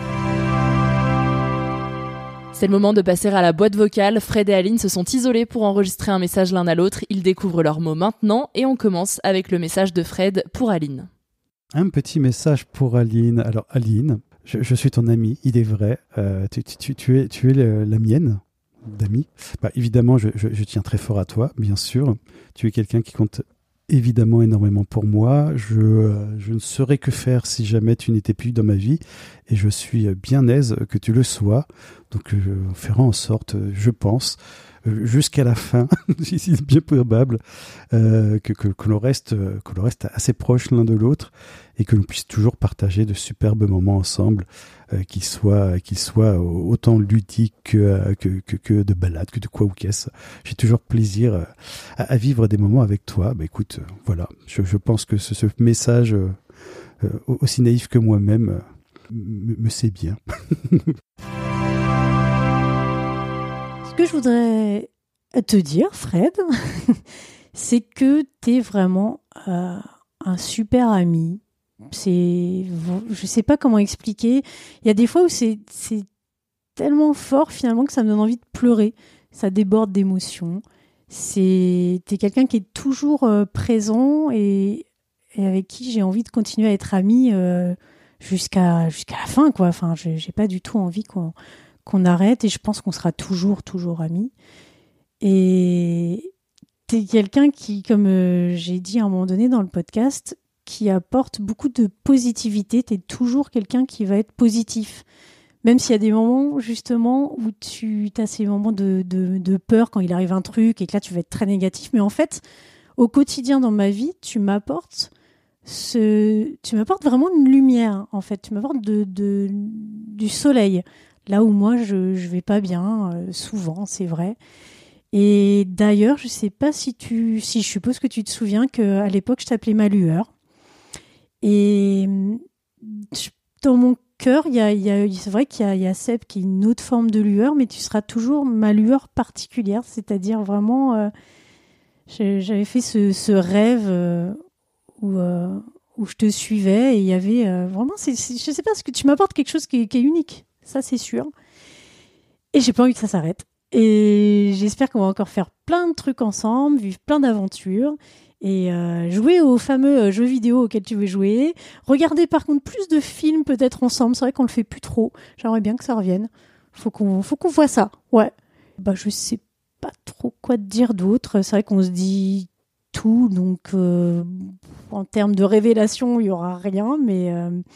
C'est le moment de passer à la boîte vocale. Fred et Aline se sont isolés pour enregistrer un message l'un à l'autre. Ils découvrent leurs mots maintenant et on commence avec le message de Fred pour Aline. Un petit message pour Aline. Alors Aline, je suis ton amie, il est vrai. Tu es la mienne d'amis. Évidemment, je tiens très fort à toi, bien sûr. Tu es quelqu'un qui compte évidemment énormément pour moi. Je ne saurais que faire si jamais tu n'étais plus dans ma vie, et je suis bien aise que tu le sois. Donc on fera en sorte, je pense, jusqu'à la fin, c'est bien probable, que l'on reste assez proches l'un de l'autre et que l'on puisse toujours partager de superbes moments ensemble, qui soient autant ludiques que de balades, que de quoi ou qu'est-ce. J'ai toujours plaisir à vivre des moments avec toi. Écoute, voilà, je pense que ce message, aussi naïf que moi-même, me sait bien. Ce que je voudrais te dire, Fred, c'est que t'es vraiment un super ami. Je sais pas comment expliquer. Il y a des fois où c'est tellement fort finalement que ça me donne envie de pleurer. Ça déborde d'émotions. T'es quelqu'un qui est toujours présent et avec qui j'ai envie de continuer à être amie jusqu'à la fin, quoi. Enfin, j'ai pas du tout envie qu'on arrête, et je pense qu'on sera toujours amis. Et t'es quelqu'un qui, comme j'ai dit à un moment donné dans le podcast, qui apporte beaucoup de positivité. T'es toujours quelqu'un qui va être positif. Même s'il y a des moments, justement, où tu as ces moments de peur quand il arrive un truc et que là, tu vas être très négatif. Mais en fait, au quotidien dans ma vie, tu m'apportes vraiment une lumière, en fait. Tu m'apportes du soleil. Là où moi, je vais pas bien, souvent, c'est vrai. Et d'ailleurs, je sais pas si je suppose que tu te souviens qu'à l'époque, je t'appelais ma lueur. Et dans mon cœur, c'est vrai qu'il y a Seb qui est une autre forme de lueur, mais tu seras toujours ma lueur particulière. C'est-à-dire vraiment, j'avais fait ce rêve où je te suivais, et il y avait vraiment, je sais pas, ce que tu m'apportes quelque chose qui est unique. Ça, c'est sûr. Et j'ai pas envie que ça s'arrête. Et j'espère qu'on va encore faire plein de trucs ensemble, vivre plein d'aventures. Et jouer aux fameux jeux vidéo auxquels tu veux jouer. Regarder par contre plus de films peut-être ensemble. C'est vrai qu'on le fait plus trop. J'aimerais bien que ça revienne. Faut qu'on voit ça. Ouais. Je sais pas trop quoi te dire d'autre. C'est vrai qu'on se dit tout. Donc en termes de révélation, il y aura rien. Mais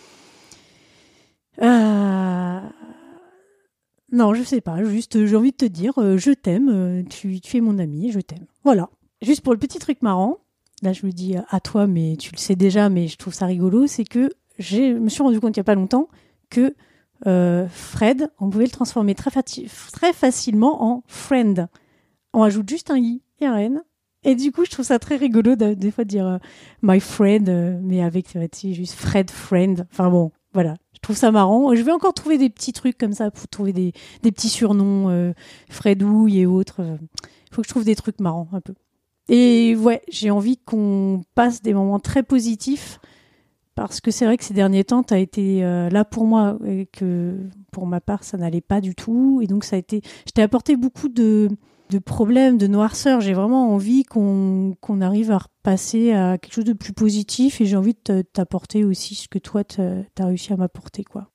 non, je sais pas. Juste, j'ai envie de te dire, je t'aime. Tu es mon ami. Je t'aime. Voilà. Juste pour le petit truc marrant. Là, je le dis à toi, mais tu le sais déjà, mais je trouve ça rigolo, c'est que je me suis rendu compte il n'y a pas longtemps que Fred, on pouvait le transformer très facilement en friend. On ajoute juste un i et un n. Et du coup, je trouve ça très rigolo des fois de dire my friend, mais avec juste Fred, friend. Enfin bon, voilà. Je trouve ça marrant. Je vais encore trouver des petits trucs comme ça pour trouver des petits surnoms, Fredouille et autres. Il faut que je trouve des trucs marrants un peu. Et ouais, j'ai envie qu'on passe des moments très positifs parce que c'est vrai que ces derniers temps, tu as été là pour moi et que pour ma part, ça n'allait pas du tout. Et donc, je t'ai apporté beaucoup de problèmes, de noirceur. J'ai vraiment envie qu'on arrive à repasser à quelque chose de plus positif et j'ai envie de t'apporter aussi ce que toi, tu as réussi à m'apporter, quoi.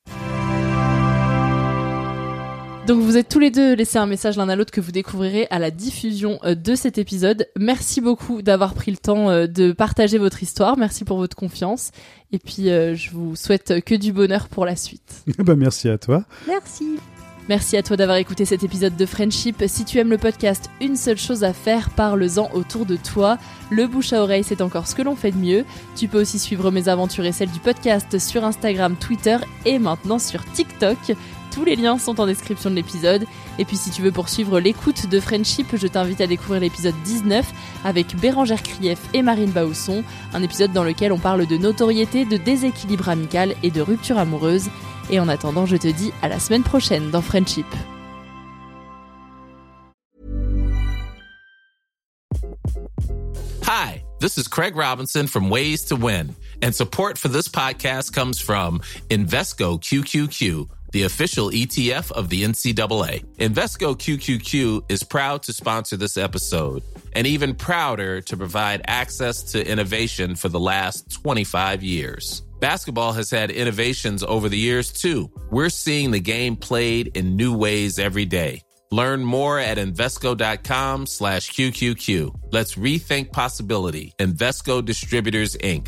Donc vous êtes tous les deux laissés un message l'un à l'autre que vous découvrirez à la diffusion de cet épisode. Merci beaucoup d'avoir pris le temps de partager votre histoire. Merci pour votre confiance. Et puis je vous souhaite que du bonheur pour la suite. Merci à toi. Merci. Merci à toi d'avoir écouté cet épisode de Friendship. Si tu aimes le podcast, une seule chose à faire, parle-en autour de toi. Le bouche à oreille, c'est encore ce que l'on fait de mieux. Tu peux aussi suivre mes aventures et celles du podcast sur Instagram, Twitter et maintenant sur TikTok. Tous les liens sont en description de l'épisode. Et puis si tu veux poursuivre l'écoute de Friendship, je t'invite à découvrir l'épisode 19 avec Bérangère Krief et Marine Bausson. Un épisode dans lequel on parle de notoriété, de déséquilibre amical et de rupture amoureuse. Et en attendant, je te dis à la semaine prochaine dans Friendship. Hi, this is Craig Robinson from Ways to Win. And support for this podcast comes from Invesco QQQ, the official ETF of the NCAA. Invesco QQQ is proud to sponsor this episode and even prouder to provide access to innovation for the last 25 years. Basketball has had innovations over the years, too. We're seeing the game played in new ways every day. Learn more at Invesco.com/QQQ. Let's rethink possibility. Invesco Distributors, Inc.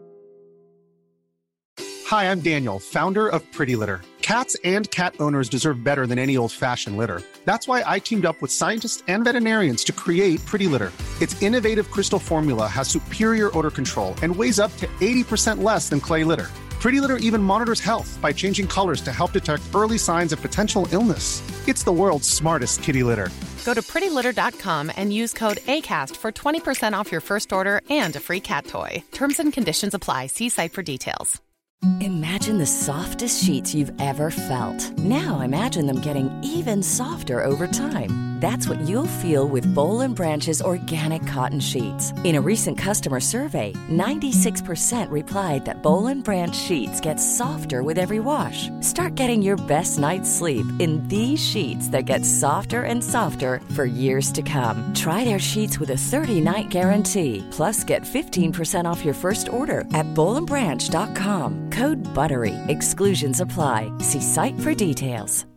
Hi, I'm Daniel, founder of Pretty Litter. Cats and cat owners deserve better than any old-fashioned litter. That's why I teamed up with scientists and veterinarians to create Pretty Litter. Its innovative crystal formula has superior odor control and weighs up to 80% less than clay litter. Pretty Litter even monitors health by changing colors to help detect early signs of potential illness. It's the world's smartest kitty litter. Go to prettylitter.com and use code ACAST for 20% off your first order and a free cat toy. Terms and conditions apply. See site for details. Imagine the softest sheets you've ever felt. Now imagine them getting even softer over time. That's what you'll feel with Boll & Branch's organic cotton sheets. In a recent customer survey, 96% replied that Boll & Branch sheets get softer with every wash. Start getting your best night's sleep in these sheets that get softer and softer for years to come. Try their sheets with a 30-night guarantee. Plus, get 15% off your first order at bollandbranch.com. Code BUTTERY. Exclusions apply. See site for details.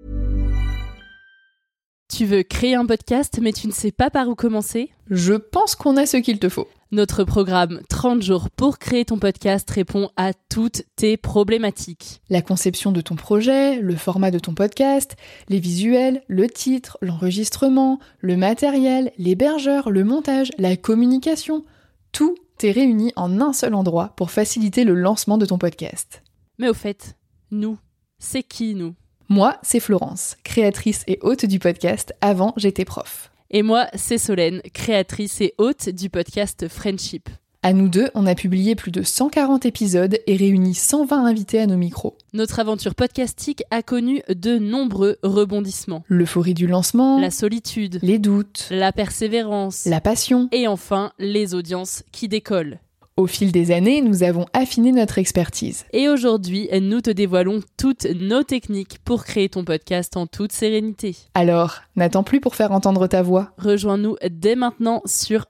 Tu veux créer un podcast, mais tu ne sais pas par où commencer ? Je pense qu'on a ce qu'il te faut. Notre programme 30 jours pour créer ton podcast répond à toutes tes problématiques. La conception de ton projet, le format de ton podcast, les visuels, le titre, l'enregistrement, le matériel, l'hébergeur, le montage, la communication, tout est réuni en un seul endroit pour faciliter le lancement de ton podcast. Mais au fait, nous, c'est qui nous ? Moi, c'est Florence, créatrice et hôte du podcast Avant j'étais prof. Et moi, c'est Solène, créatrice et hôte du podcast Friendship. À nous deux, on a publié plus de 140 épisodes et réuni 120 invités à nos micros. Notre aventure podcastique a connu de nombreux rebondissements. L'euphorie du lancement, la solitude, les doutes, la persévérance, la passion et enfin les audiences qui décollent. Au fil des années, nous avons affiné notre expertise. Et aujourd'hui, nous te dévoilons toutes nos techniques pour créer ton podcast en toute sérénité. Alors, n'attends plus pour faire entendre ta voix. Rejoins-nous dès maintenant sur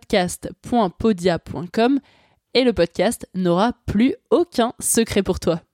formationpodcast.podia.com et le podcast n'aura plus aucun secret pour toi.